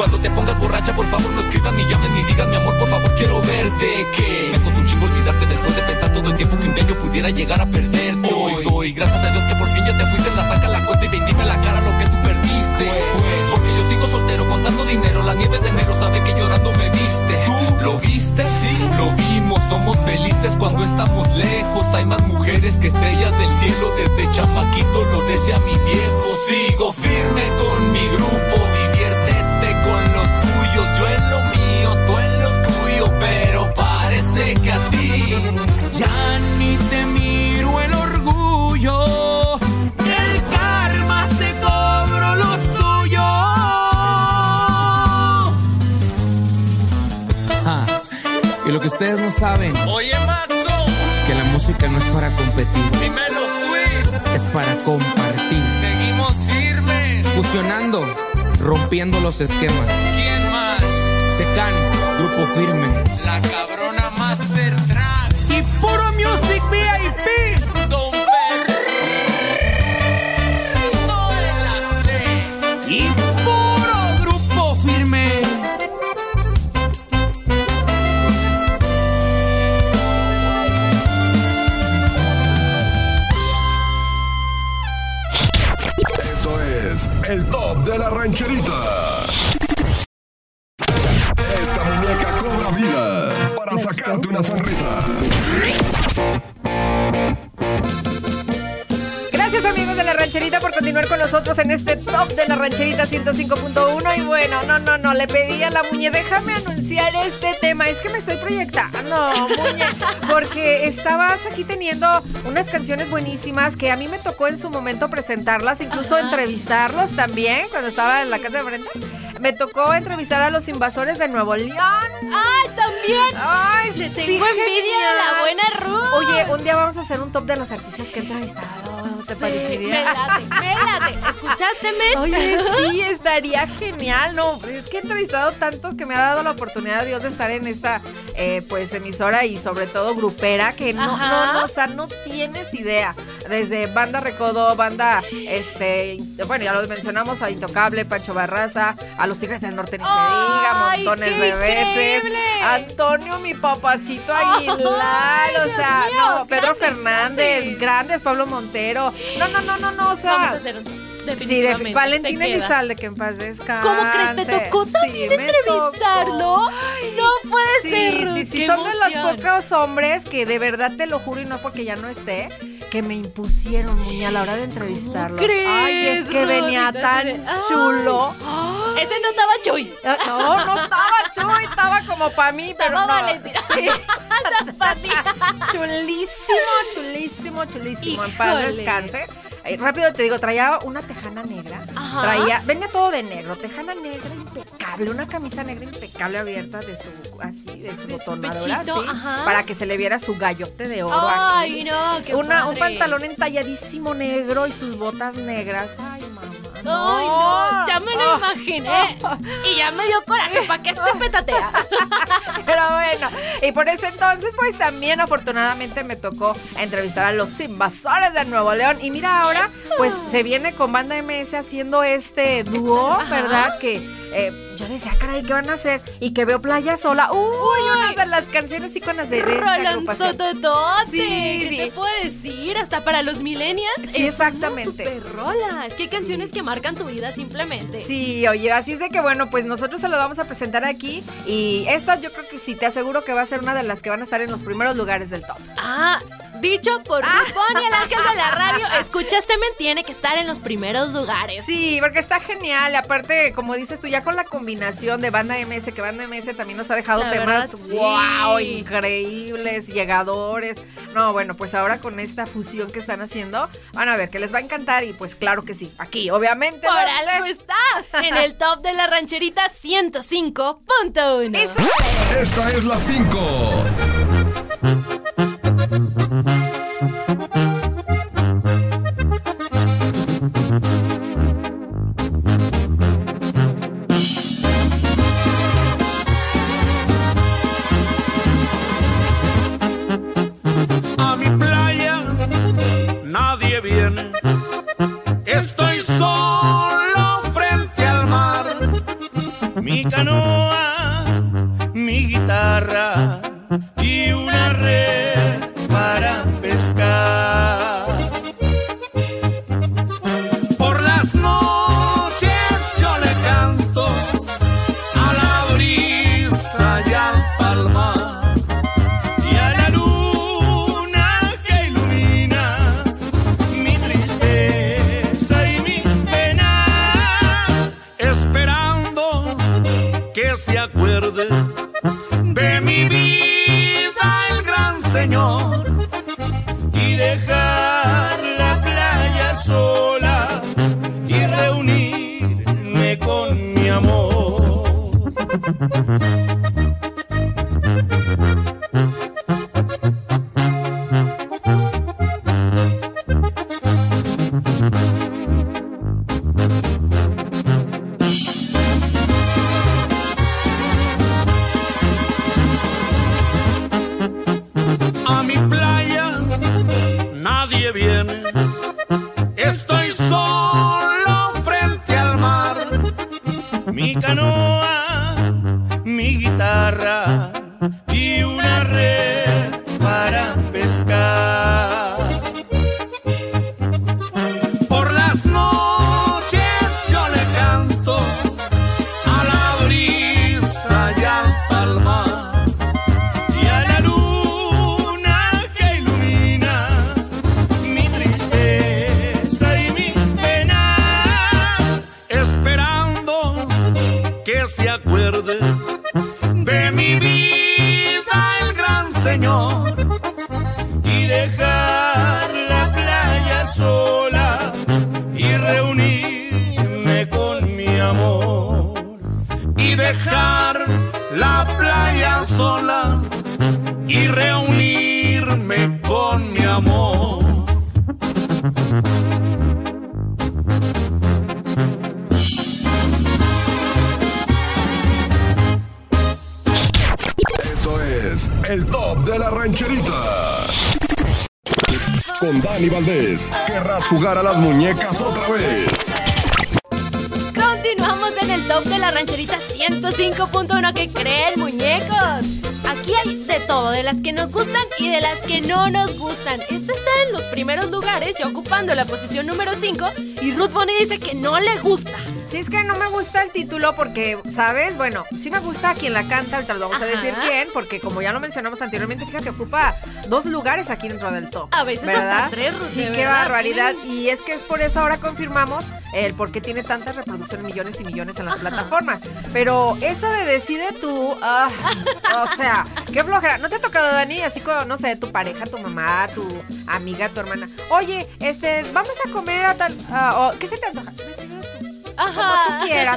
Cuando te pongas borracha, por favor, no escriban ni llamen ni digan mi amor, por favor, quiero verte. Que me costó un chingo olvidarte después de pensar todo el tiempo que un día yo pudiera llegar a perderte. Hoy doy gracias a Dios que por fin ya te fuiste, la saca la cuenta y ven, dime la cara lo que tú perdiste. Porque yo sigo soltero contando dinero, la nieve de enero sabe que llorando me viste. ¿Tú lo viste? Sí, lo vimos, somos felices cuando estamos lejos. Hay más mujeres que estrellas del cielo, desde chamaquito lo decía mi viejo. Sigo firme con mi grupo, diviértete con los tuyos, yo en lo mío, tú en lo tuyo, pero parece que a ti ya ni te miro el orgullo, el karma se cobró lo suyo. Y lo que ustedes no saben, oye Maxo, que la música no es para competir, dímelo Sweet, es para compartir. seguimos firmes. Fusionando, rompiendo los esquemas. ¿Quién más? Secan, Grupo Firme. La cabrona Master Track Y puro Music VIP. Don Perrito de la C. Y puro Grupo Firme. Esto es el top de la rancherita. Esta muñeca cobra vida para sacarte una sonrisa. Gracias, amigos de La Rancherita, por continuar con nosotros en este top de La Rancherita 105.1. Y bueno, no, le pedí a la Muñe, déjame anunciar este tema. Es que me estoy proyectando, Muñe, porque estabas aquí teniendo unas canciones buenísimas que a mí me tocó en su momento presentarlas, incluso entrevistarlos también, cuando estaba en la casa de frente. Me tocó entrevistar a los Invasores de Nuevo León. ¡Ay, también! ¡Ay, Le sí, tengo envidia de la buena Ruth. Oye, un día vamos a hacer un top de los artistas que he entrevistado. ¿Te parecería? Me late. ¿Escuchaste, men? Oye, sí, estaría genial. No, es que he entrevistado tantos que me ha dado la oportunidad, Dios, de estar en esta pues emisora y sobre todo grupera, que no, o sea, no tienes idea. Desde Banda Recodo, banda, bueno, ya lo mencionamos, a Intocable, Pancho Barraza, a los Tigres del Norte, ni se diga, montones de veces. Antonio, mi papacito Aguilar, Ay, o sea, Dios mío, no, Pedro Fernández, grandes, Pablo Montero. No, o sea. Vamos a hacer un definitivamente. Sí, de Valentina se queda. Elizalde, que en paz descanse. ¿Cómo crees? ¿Te tocó también entrevistarlo? No puede ser. Sí, son de los pocos hombres que de verdad te lo juro, y no porque ya no esté, que me impusieron, Muñe, a la hora de entrevistarlo. ¿Crees, Ay, es que venía Rodita? tan chulo. Ese no estaba Chuy. No estaba Chuy, estaba como para mí, pero Estaba no. Valentina. Sí. Pa' ti. Chulísimo. En paz Híjole. descanse. Rápido te digo, traía una tejana negra. Ajá. Venía todo de negro, tejana negra impecable, una camisa negra impecable abierta de su botonadora, pechito, sí, ajá. para que se le viera su gallote de oro Ay, aquí. no, qué Un padre. pantalón entalladísimo negro y sus botas negras. Ay, mamá. Ay, no, ya me lo imaginé. Y ya me dio coraje, ¿para qué se petatea? Pero bueno, y por ese entonces, pues también afortunadamente me tocó entrevistar a los Invasores de Nuevo León. Y mira, ahora, pues se viene con Banda MS haciendo este dúo, ¿verdad? Que yo decía, caray, ¿qué van a hacer? Y que veo Playa Sola. Uy, una de las canciones íconas de esta agrupación. Rolonzototote. Sí. ¿Qué te puedo decir? Hasta para los millennials. Sí, es exactamente. una super rola. Es que hay canciones que marcan tu vida simplemente. Sí, oye, así es de que bueno, pues nosotros se lo vamos a presentar aquí. Y esta yo creo que sí, te aseguro que va a ser una de las que van a estar en los primeros lugares del top. Dicho por Rupón y el ángel de la radio, escuchaste, men, tiene que estar en los primeros lugares. Sí, porque está genial. Y aparte, como dices tú, ya con la combinación de Banda MS, que Banda MS también nos ha dejado La temas verdad, sí. wow, increíbles, llegadores. No, bueno, pues ahora con esta fusión que están haciendo, van a ver que les va a encantar. Y pues claro que sí, aquí, obviamente. Por algo está en el top de la rancherita 105.1. Esta es la 5. A mi playa nadie viene. Estoy solo frente al mar. Mi mi canoa, mi guitarra y una red para pescar. Por las noches yo le canto a la brisa y al palmar y a la luna que ilumina mi tristeza y mi pena, esperando que se acuerde de mi vida el gran Señor y dejar la playa sola y reunirme con mi amor. A mi playa nadie viene, estoy solo frente al mar, mi canoa, mi guitarra y una red para pescar. Por las noches yo le canto a la brisa y al palmar y a la luna que ilumina mi tristeza y mi pena, esperando que se acuerde de mi vida el gran Señor y dejar la playa sola y reunirme con mi amor. Y dejar la playa sola y reunirme con mi amor. Esto es el Top de la Rancherita. Con Dani Valdés. ¿Querrás jugar a las muñecas otra vez? Continuamos en el Top de la Rancherita 105.1. ¿Qué creen, muñecos? Aquí hay de todo, de las que nos gustan y de las que no nos gustan. Esta está en los primeros lugares, ya ocupando la posición número 5. Y Ruth Bonnie dice que no le gusta. Sí, es que no me gusta el título porque, ¿sabes? Bueno, sí me gusta quien la canta, ahorita lo vamos a decir quién, porque como ya lo mencionamos anteriormente, fíjate, ocupa 2 lugares aquí dentro del top. A veces ¿verdad? hasta 3, Ruth. Sí, qué barbaridad. Y es que es por eso ahora confirmamos el por qué tiene tantas reproducciones, millones y millones en las plataformas. Pero eso de decide tú, o sea, qué flojera. ¿No te ha tocado, Dani? Así como, no sé, tu pareja, tu mamá, tu amiga, tu hermana. Oye, vamos a comer a tal... ¿qué se te antoja? Decide tú. Ajá. Como tú quieras.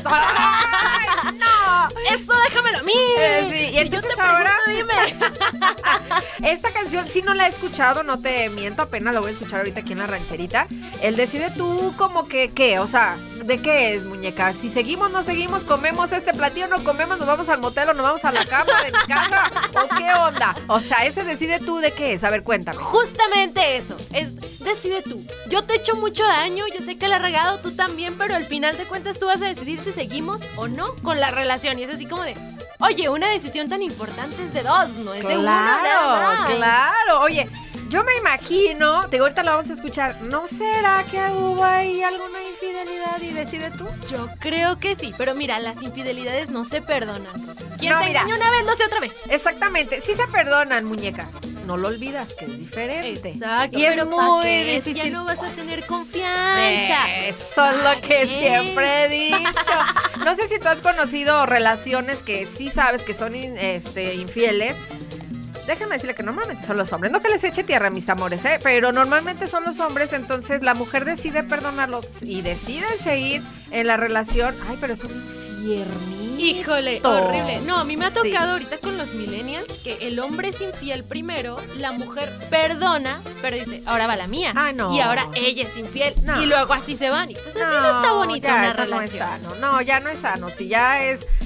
¡Ay, no! Eso déjamelo a mí. Sí, y entonces yo te ahora pregunto, dime. esta canción sí no la he escuchado, no te miento, apenas la voy a escuchar ahorita aquí en la rancherita. El decide tú como que, ¿qué? O sea, ¿de qué es, muñeca? Si seguimos, no seguimos, comemos este platillo, no comemos, nos vamos al motel o nos vamos a la cama de mi casa, ¿o qué onda? O sea, ese decide tú, ¿de qué es? A ver, cuéntame. Justamente eso, es decide tú. Yo te echo mucho daño, yo sé que la he regado, tú también, pero al final de cuentas tú vas a decidir si seguimos o no con la relación. Y es así como de, oye, una decisión tan importante es de 2, no es de 1 nada más. Claro, oye, yo me imagino, digo, ahorita lo vamos a escuchar, ¿no será que hubo ahí alguna infidelidad y decide tú? Yo creo que sí, pero mira, las infidelidades no se perdonan. Quien No, te mira. engaña una vez, lo hace otra vez. Exactamente, sí se perdonan, muñeca. No lo olvidas, que es diferente. Exacto. Y es pero muy ¿pa' qué? difícil. Ya no vas a tener confianza. Eso es lo que ¿Qué? siempre he dicho. No sé si tú has conocido relaciones que sí sabes que son infieles. Déjenme decirle que normalmente son los hombres. No que les eche tierra, mis amores, pero normalmente son los hombres. Entonces la mujer decide perdonarlos y decide seguir en la relación. Ay, pero es un infiernito. Híjole, horrible. No, a mí me ha Sí. tocado ahorita con los millennials que el hombre es infiel primero, la mujer perdona, pero dice, ahora va la mía. Ah, no. Y ahora ella es infiel. No. Y luego así se van. Y pues así no está bonita ya una eso relación. no es sano. No, ya no es sano. Si ya es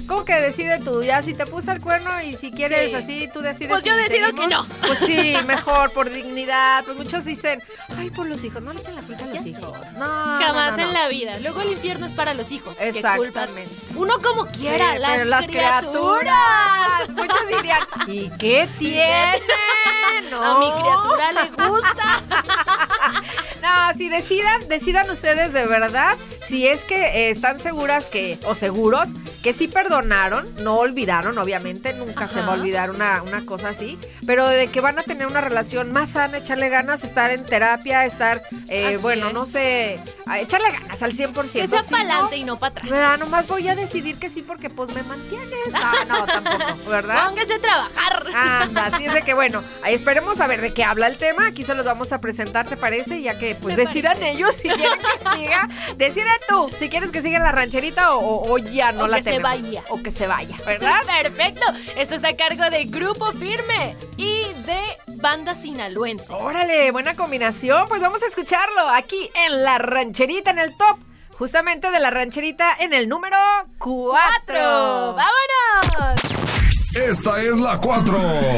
¿Cómo que decide tú? Ya si te puse el cuerno y si quieres así, tú decides. Pues yo decido que no. Pues sí, mejor, por dignidad. Pues muchos dicen, ay, por los hijos. No le echen la culpa a los hijos. No, jamás no. en la vida. Luego el infierno es para los hijos. Exactamente. Uno como quiera, Sí, las, pero las criaturas. Muchos dirían, ¿y qué tiene? No. A mi criatura le gusta. No, si decidan ustedes de verdad, si es que están seguros que sí perdonaron, no olvidaron, obviamente, nunca se va a olvidar una cosa así, pero de que van a tener una relación más sana, echarle ganas, estar en terapia, estar, no sé, echarle ganas al 100%. Que sea para adelante y no para atrás. ¿Verdad? Nomás voy a decidir que sí porque pues me mantienes. No, tampoco, ¿verdad? Póngase a trabajar. Anda, así es de que bueno, ahí esperemos a ver de qué habla el tema. Aquí se los vamos a presentar, ¿te parece? Ya que pues decidan ellos si quieren que siga. Decide tú si quieres que siga en la rancherita o ya no o la que tenemos. se vaya. O que se vaya, ¿verdad? Perfecto. Esto está a cargo de Grupo Firme y de Banda Sinaloense. Órale, buena combinación. Pues vamos a escucharlo aquí en la rancherita, en el top. Justamente de la rancherita en el número 4. ¡Vámonos! Esta es la 4.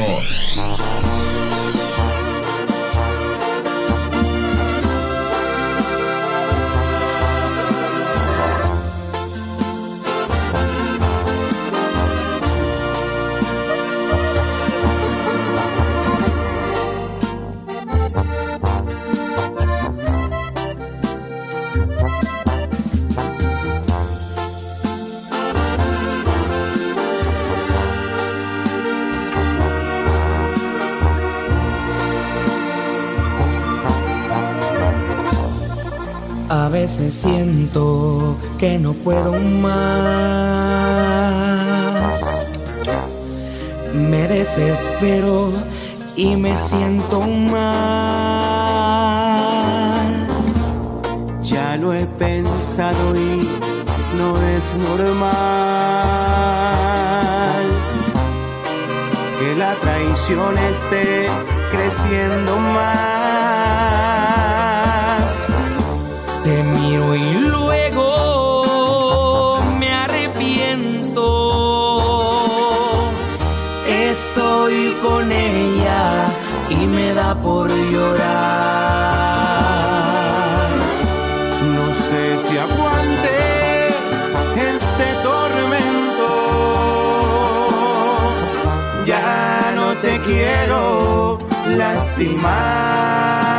A veces siento que no puedo más. Me desespero y me siento mal. Ya lo he pensado y no es normal que la traición esté creciendo más. Te miro y luego me arrepiento. Estoy con ella y me da por llorar. No sé si aguante este tormento. Ya no te quiero lastimar.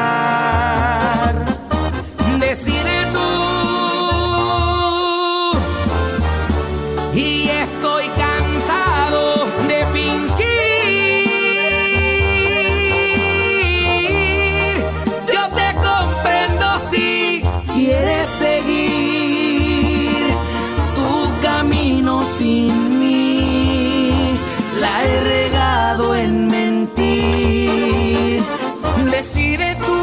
Decide tú, y estoy cansado de fingir. Yo te comprendo si quieres seguir tu camino sin mí. La he regado en mentir. Decide tú.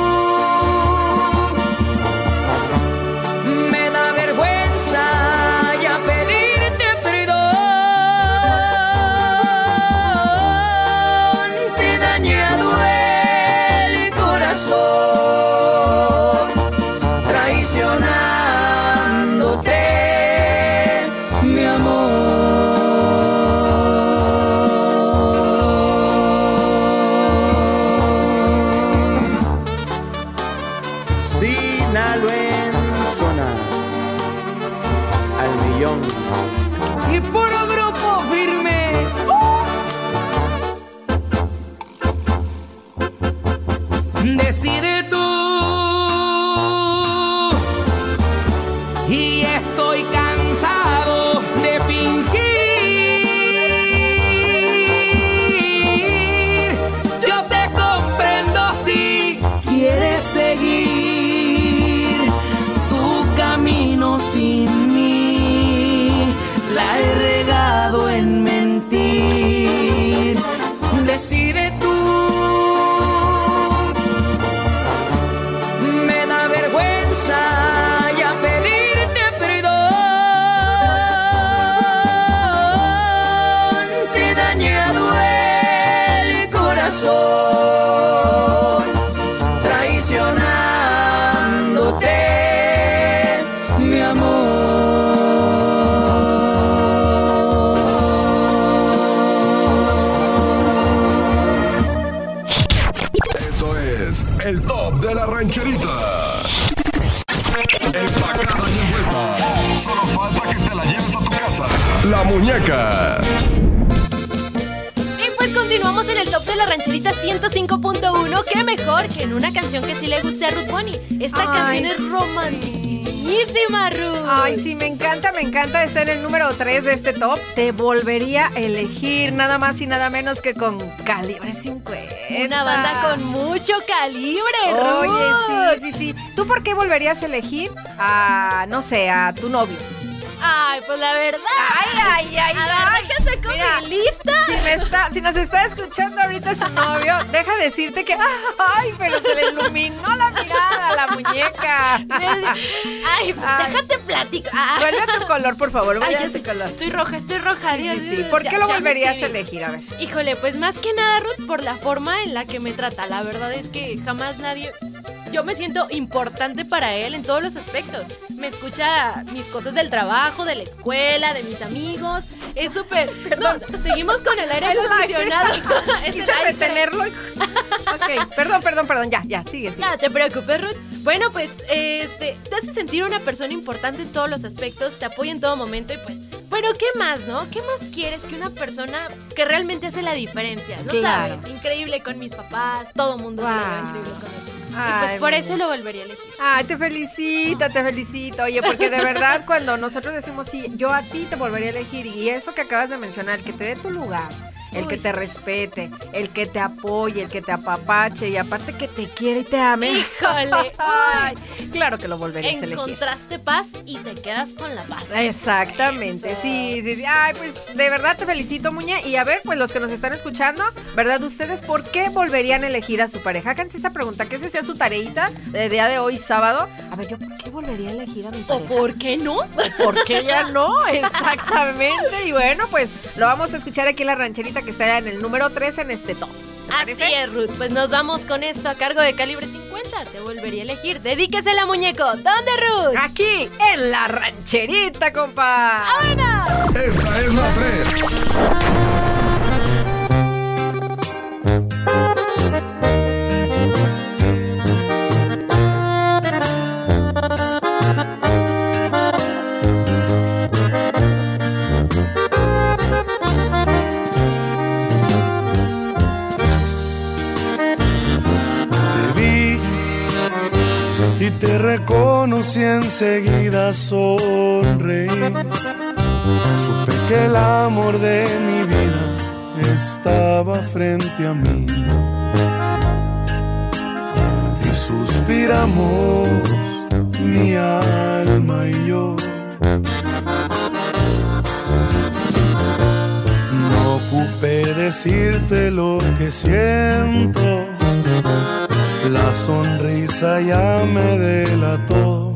Traicionándote, mi amor. Música. Y pues continuamos en el top de la rancherita 105.1. Qué mejor que en una canción que sí le guste a Ruth Bunny. Esta canción es romantiquísima, Ruth. Ay, sí, me encanta. Está en el número 3 de este top. Te volvería a elegir nada más y nada menos que con Calibre 50. Una banda con mucho calibre, Ruth. Oye, sí. ¿Tú por qué volverías a elegir a, no sé, a tu novio? Ay, pues la verdad. Ay. A ver, déjase con mi lista. Si nos está escuchando ahorita su novio, deja decirte que, ay, pero se le iluminó la mirada a la muñeca. Ay, pues déjate platicar. Vuelve a tu color, por favor. Ay, Vuelve a tu color. Estoy roja. Dios. Sí. ¿Por qué lo volverías a elegir? A ver. Híjole, pues más que nada, Ruth, por la forma en la que me trata. La verdad es que jamás nadie... Yo me siento importante para él en todos los aspectos. Me escucha mis cosas del trabajo, de la escuela, de mis amigos. Es súper... Perdón, seguimos con el aire acondicionado. Quise retenerlo. Ok, perdón. Ya, sigue. No te preocupes, Ruth. Bueno, pues, te hace sentir una persona importante en todos los aspectos, te apoya en todo momento y pues... Bueno, ¿qué más, no? ¿Qué más quieres que una persona que realmente hace la diferencia? ¿No Claro. sabes? Increíble con mis papás, todo mundo se lo ve increíble con él. Y Ay, pues por eso lo volvería a elegir. Ay, te felicito. Oye, porque de verdad cuando nosotros decimos sí, yo a ti te volvería a elegir y eso que acabas de mencionar, que te dé tu lugar, el que te respete, el que te apoye, el que te apapache y aparte que te quiere y te ame. Híjole. Ay, claro que lo volverías a elegir. Encontraste paz y te quedas con la paz. Exactamente, Eso. sí. Ay, pues de verdad te felicito, Muñe. Y a ver, pues los que nos están escuchando, ¿verdad? Ustedes, ¿por qué volverían a elegir a su pareja? Háganse esa pregunta, que ese sea su tareita de día de hoy, sábado. A ver, ¿yo por qué volvería a elegir a mi ¿O pareja? por qué no? ¿Por qué ya no? Exactamente. Y bueno, pues lo vamos a escuchar aquí en la rancherita que está en el número 3 en este top. ¿Te Así parece? es, Ruth. Pues nos vamos con esto a cargo de Calibre 50. Te volvería a elegir. Dedíquesela, muñeco. ¿Dónde, Ruth? Aquí en la rancherita, compa. ¡Vámonos! Esta es la 3. Y te reconocí enseguida, sonreí. Supe que el amor de mi vida estaba frente a mí. Y suspiramos mi alma y yo. No ocupé decirte lo que siento. La sonrisa ya me delató.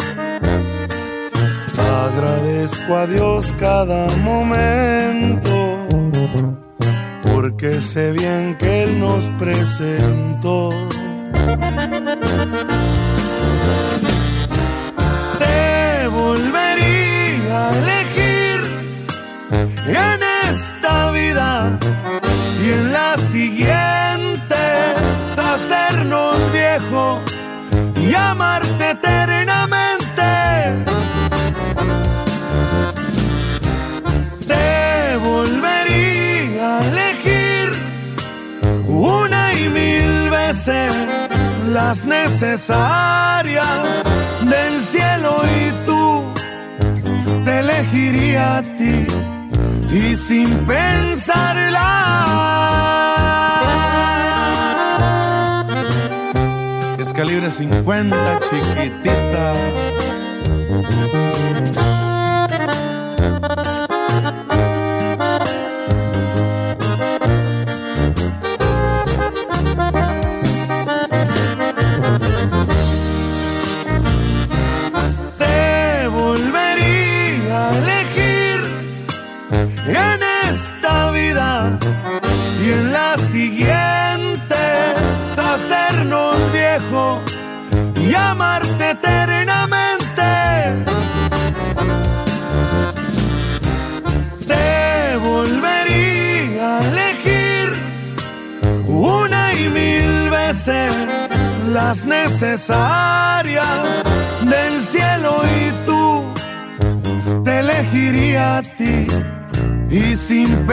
Agradezco a Dios cada momento, porque sé bien que Él nos presentó. Te volvería a elegir en esta vida y en la siguiente. Hacernos viejos y amarte eternamente. Te volvería a elegir una y mil veces, las necesarias del cielo, y tú te elegiría a ti y sin pensarla. Calibre 50, chiquitita. Te volvería a elegir en esta vida y en la siguiente. Hacernos viejos y amarte eternamente. Te volvería a elegir una y mil veces, las necesarias del cielo, y tú te elegiría a ti y sin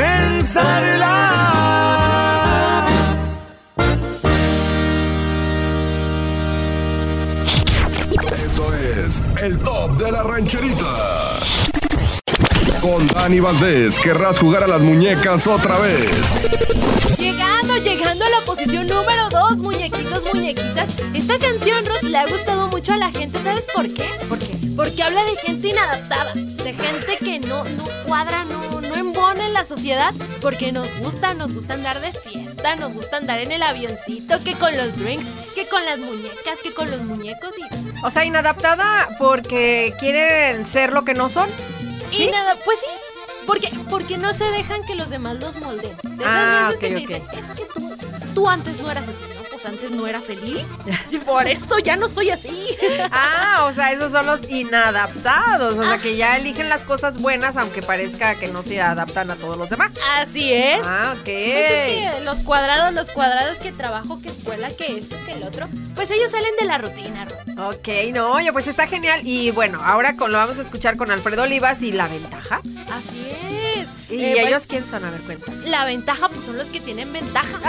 pensarla. Eso es el Top de la Rancherita. Con Dani Valdés, ¿querrás jugar a las muñecas otra vez? Llegando a la posición número 2, muñequitos, muñequitas. Esta canción, Ruth, le ha gustado mucho a la gente, ¿sabes por qué? ¿Por qué? Porque habla de gente inadaptada, de gente que no cuadra, no embona en la sociedad, porque nos gusta andar de fiesta, nos gusta andar en el avioncito, que con los drinks, que con las muñecas, que con los muñecos y... O sea, inadaptada porque quieren ser lo que no son. ¿Sí? Pues sí. Porque no se dejan que los demás los moldeen. De esas veces que te dicen, es que tú antes no eras así, ¿no? Pues antes no era feliz. Y por esto ya no soy así. O sea, esos son los inadaptados. O sea, que ya eligen las cosas buenas, aunque parezca que no se adaptan a todos los demás. Así es. Ok. Pues es que los cuadrados, que trabajo, que escuela, que esto, que el otro, pues ellos salen de la rutina, Ok, no, oye, pues está genial. Y bueno, ahora lo vamos a escuchar con Alfredo Olivas y La Ventaja. Así es. ¿Y ellos pues, quién son? A ver, cuenta. La ventaja, pues son los que tienen ventaja.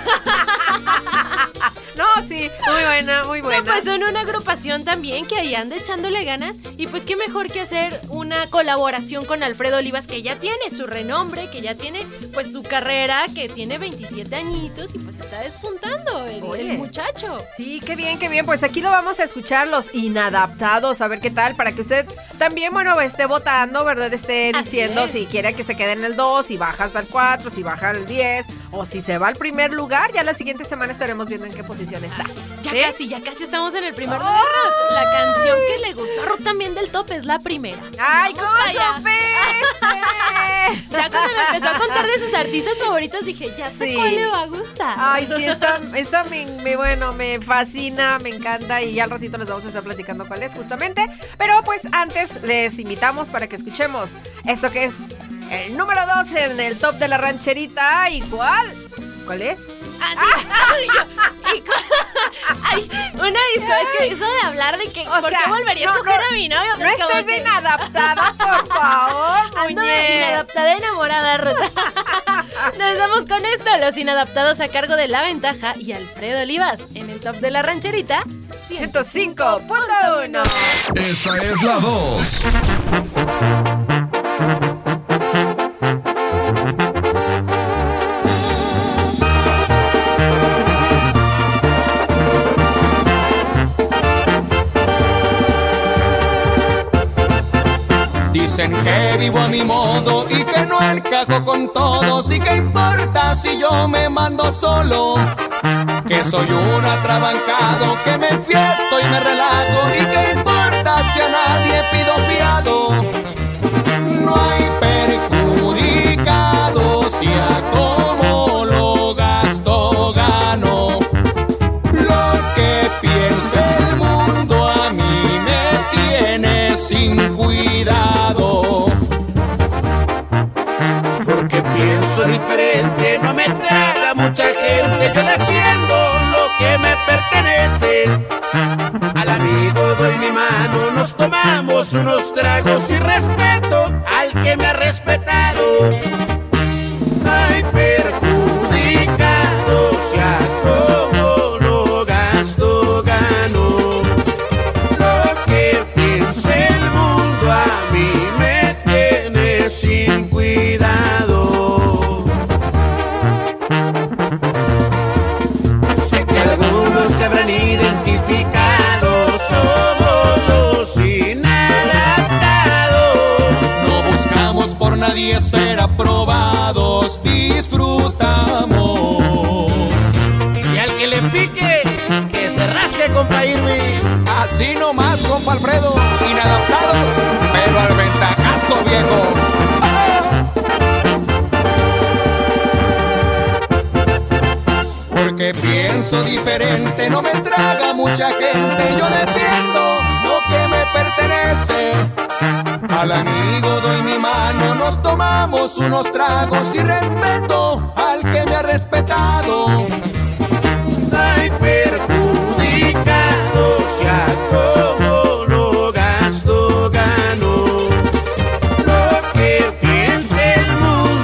No, sí, muy buena, muy buena. No, pues son una agrupación también que ahí anda echándole ganas. Y pues qué mejor que hacer una colaboración con Alfredo Olivas, que ya tiene su renombre, que ya tiene pues su carrera, que tiene 27 añitos y pues está despuntando el muchacho. Sí, qué bien, qué bien. Pues aquí lo vamos a escuchar, los inadaptados, a ver qué tal, para que usted también, bueno, esté votando, ¿verdad? Esté diciendo si quiere que se quede en el 2, si baja hasta el 4, si baja al 10, o si se va al primer lugar. Ya la siguiente semana estaremos viendo en qué posición está. Ya casi estamos en el primer lugar. La canción que le gustó a Ruth también del top es la primera. ¡Ay, cómo supiste! Ya cuando me empezó a contar de sus artistas favoritos dije, ya sé cuál le va a gustar. Ay, sí, esta me fascina, me encanta, y ya al ratito les vamos a estar platicando cuál es justamente. Pero pues antes les invitamos para que escuchemos esto que es el número 2 en el top de la rancherita. ¿Y cuál? ¿Cuál es? Una disco, es que eso de hablar de que ¿por qué volvería a escoger a mi novio? No estés inadaptada, por favor, ando inadaptada, enamorada, Ruth. Nos vamos con esto, los inadaptados a cargo de La Ventaja y Alfredo Olivas en el top de la rancherita 105.1. Esta es la 2. Dicen que vivo a mi modo y que no encajo con todos. ¿Y qué importa si yo me mando solo? Que soy un atrabancado, que me enfiesto y me relajo. ¿Y qué importa si a nadie pido fiado? No hay perjudicado si a como lo gasto gano. Lo que piense el mundo a mí me tiene sin cuidado. Porque pienso diferente, no me traga mucha gente. Yo defiendo lo que me pertenece. Al amigo doy mi mano, nos tomamos unos tragos y respeto al que me ha respetado. Ay, perjudicado si a como lo gasto gano. Lo que piense el mundo a mí me tiene sin cuidado. Sé que algunos se habrán identificado, somos los inadaptados. No buscamos por nadie ser aprobados, disfrutamos. Y al que le pique, que se rasque, compa Irving. Así nomás, compa Alfredo, inadaptados, pero al ventajazo, viejo. Porque pienso diferente, no me traga mucha gente. Yo defiendo lo que me pertenece. Al amigo doy mi mano, nos tomamos unos tragos y respeto al que me ha respetado. Ay, perjudicado si a como lo gasto gano. Lo que piense el mundo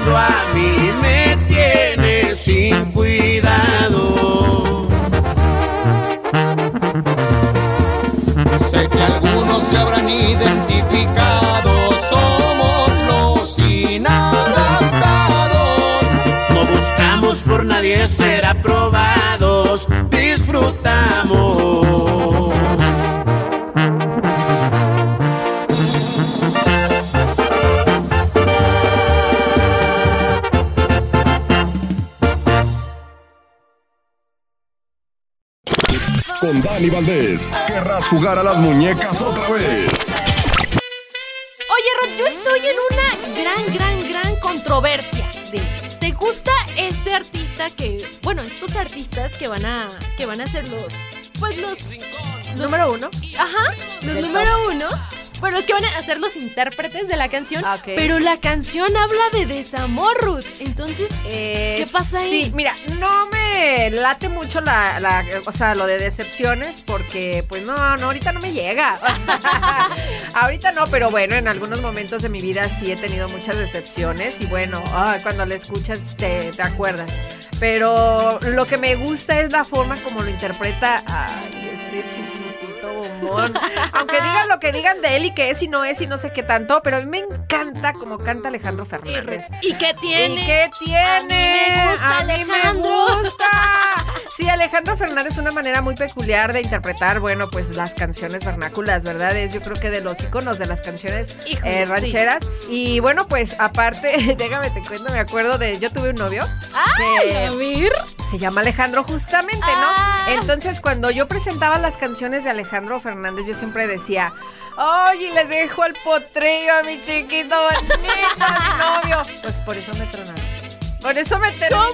que ser aprobados disfrutamos. Con Dani Valdés, ¿querrás jugar a las muñecas otra vez? Oye, Rod, yo estoy en una gran controversia. ¿Te gusta este artista estos artistas que van a ser los número uno? Ajá, los número uno. Bueno, los que van a ser los intérpretes de la canción. Okay. Pero la canción habla de desamor, Ruth. Entonces, ¿qué pasa ahí? Sí, mira, no me late mucho lo de decepciones porque, pues no, ahorita no me llega. Ahorita no, pero bueno, en algunos momentos de mi vida sí he tenido muchas decepciones y bueno, cuando la escuchas te acuerdas. Pero lo que me gusta es la forma como lo interpreta este chiquitito bombón. Aunque digan lo que digan de él y que es y no sé qué tanto, pero a mí me encanta como canta Alejandro Fernández. ¿Y qué tiene? A mí me gusta. Sí, Alejandro Fernández es una manera muy peculiar de interpretar, bueno, pues las canciones vernáculas, ¿verdad? Es yo creo que de los íconos de las canciones rancheras. Sí. Y bueno, pues aparte, déjame te cuento, me acuerdo yo tuve un novio. Se llama Alejandro justamente, ¿no? Entonces, cuando yo presentaba las canciones de Alejandro Fernández, yo siempre decía, oye, les dejo el potrillo a mi chiquito bonito, a mi novio. Pues por eso me tronaron. Por eso me terminaron.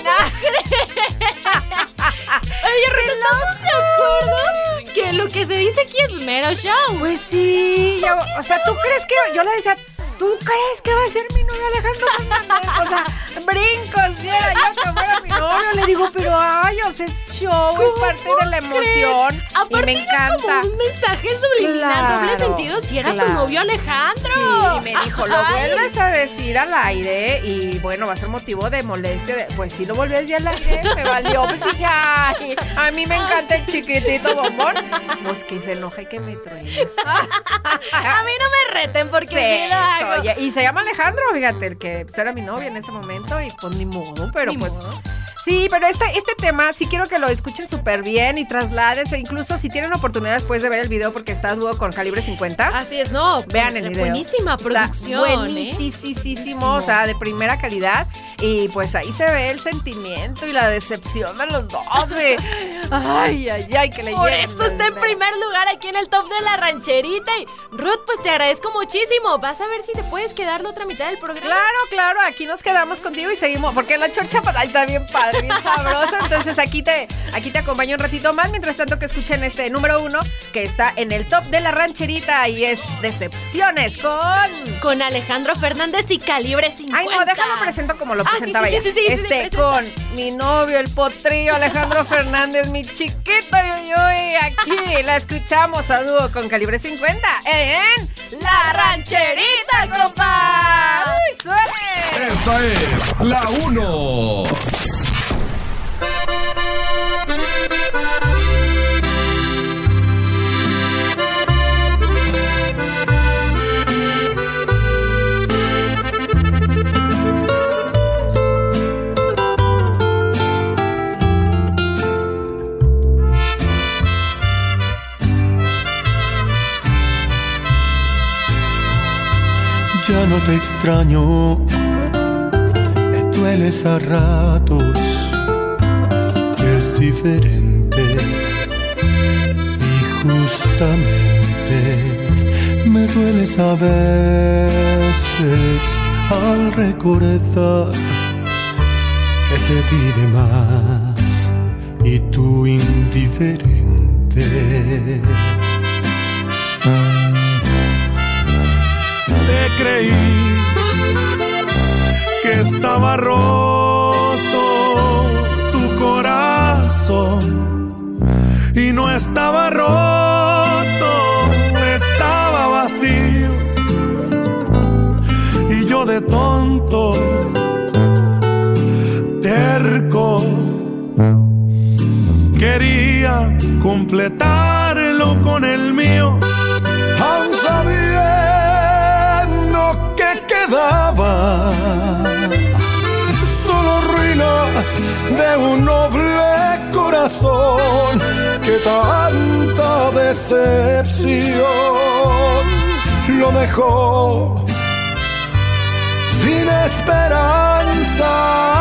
Oye, ¿estamos de acuerdo que lo que se dice aquí es mero show? Pues sí, o sea, ¿tú crees que yo le decía, ¿tú crees que va a ser mi novio Alejandro Fernández? O sea, brincos, diera yo que fuera mi novio. Le digo, pero o sea, es show, es parte de la emoción. Aparte y me encanta. Como un mensaje subliminal, doble sentido, si era tu novio Alejandro. Sí, y me dijo, lo vuelves a decir al aire y bueno, va a ser motivo de molestia. Pues sí, lo volví a decir al aire, me valió. Pues dije, a mí me encanta el chiquitito bombón. Pues que se enoja y que me truene. A mí no me reten porque sí lo hago. Oye, y se llama Alejandro, fíjate, el que pues, era mi novio en ese momento y pues ni modo, pero ni pues modo. Sí, pero este tema sí quiero que lo escuchen súper bien y traslades, e incluso si tienen oportunidad después de ver el video porque está dúo con Calibre 50. Así es, no, vean el video. Buenísima producción. Buenísimo, o sea, de primera calidad y pues ahí se ve el sentimiento y la decepción de los dos. Ay, que le Por eso está en primer lugar aquí en el top de la rancherita y Ruth, pues te agradezco muchísimo. Vas a ver si te puedes quedar la otra mitad del programa. Claro, aquí nos quedamos contigo y seguimos, porque la chorcha está bien padre, bien sabrosa. Entonces aquí te acompaño un ratito más. Mientras tanto que escuchen este número 1 que está en el top de la rancherita y es Decepciones con Alejandro Fernández y Calibre 50. Ay, no, déjalo presento como lo presentaba ya. Sí, con mi novio, el potrillo Alejandro Fernández, mi chiquito y aquí la escuchamos a dúo con Calibre 50 en La Rancherita, compa. ¡Uy, suerte! Esta es la 1. Ya no te extraño, me dueles a ratos, es diferente y justamente me dueles a veces al recordar que te di de más y tú indiferente. Te creí que estaba roto tu corazón y no estaba roto, estaba vacío y yo de tonto, terco, quería completarlo con el mío, aún sabía que quedaba solo ruinas de un noble corazón que tanta decepción lo dejó sin esperanza.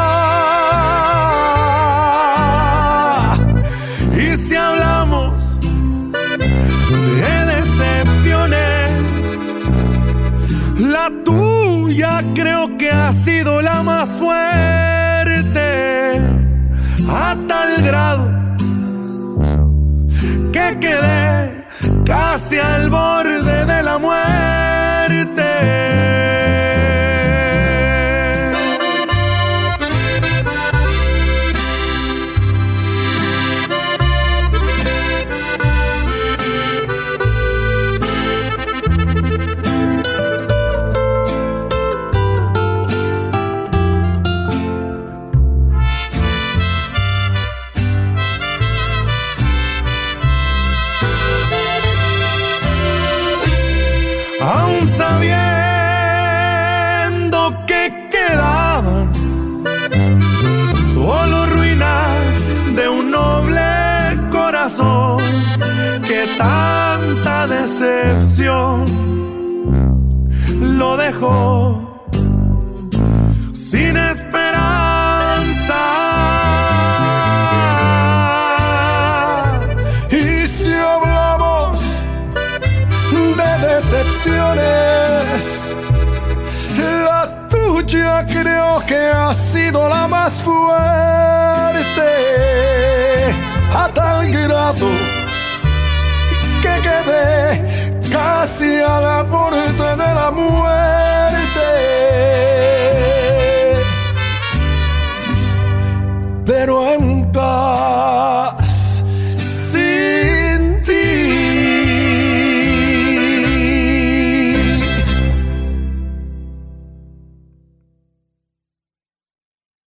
Y si hablamos de decepciones, la tuya creo que ha sido la más fuerte, a tal grado que quedé casi al borde de la muerte. Aún sabiendo que quedaban solo ruinas de un noble corazón que tanta decepción lo dejó sin esperanza. Y si hablamos de decepciones, la tuya creo que ha sido la más fuerte, a tal grado que quedé casi a la borde de la muerte. Pero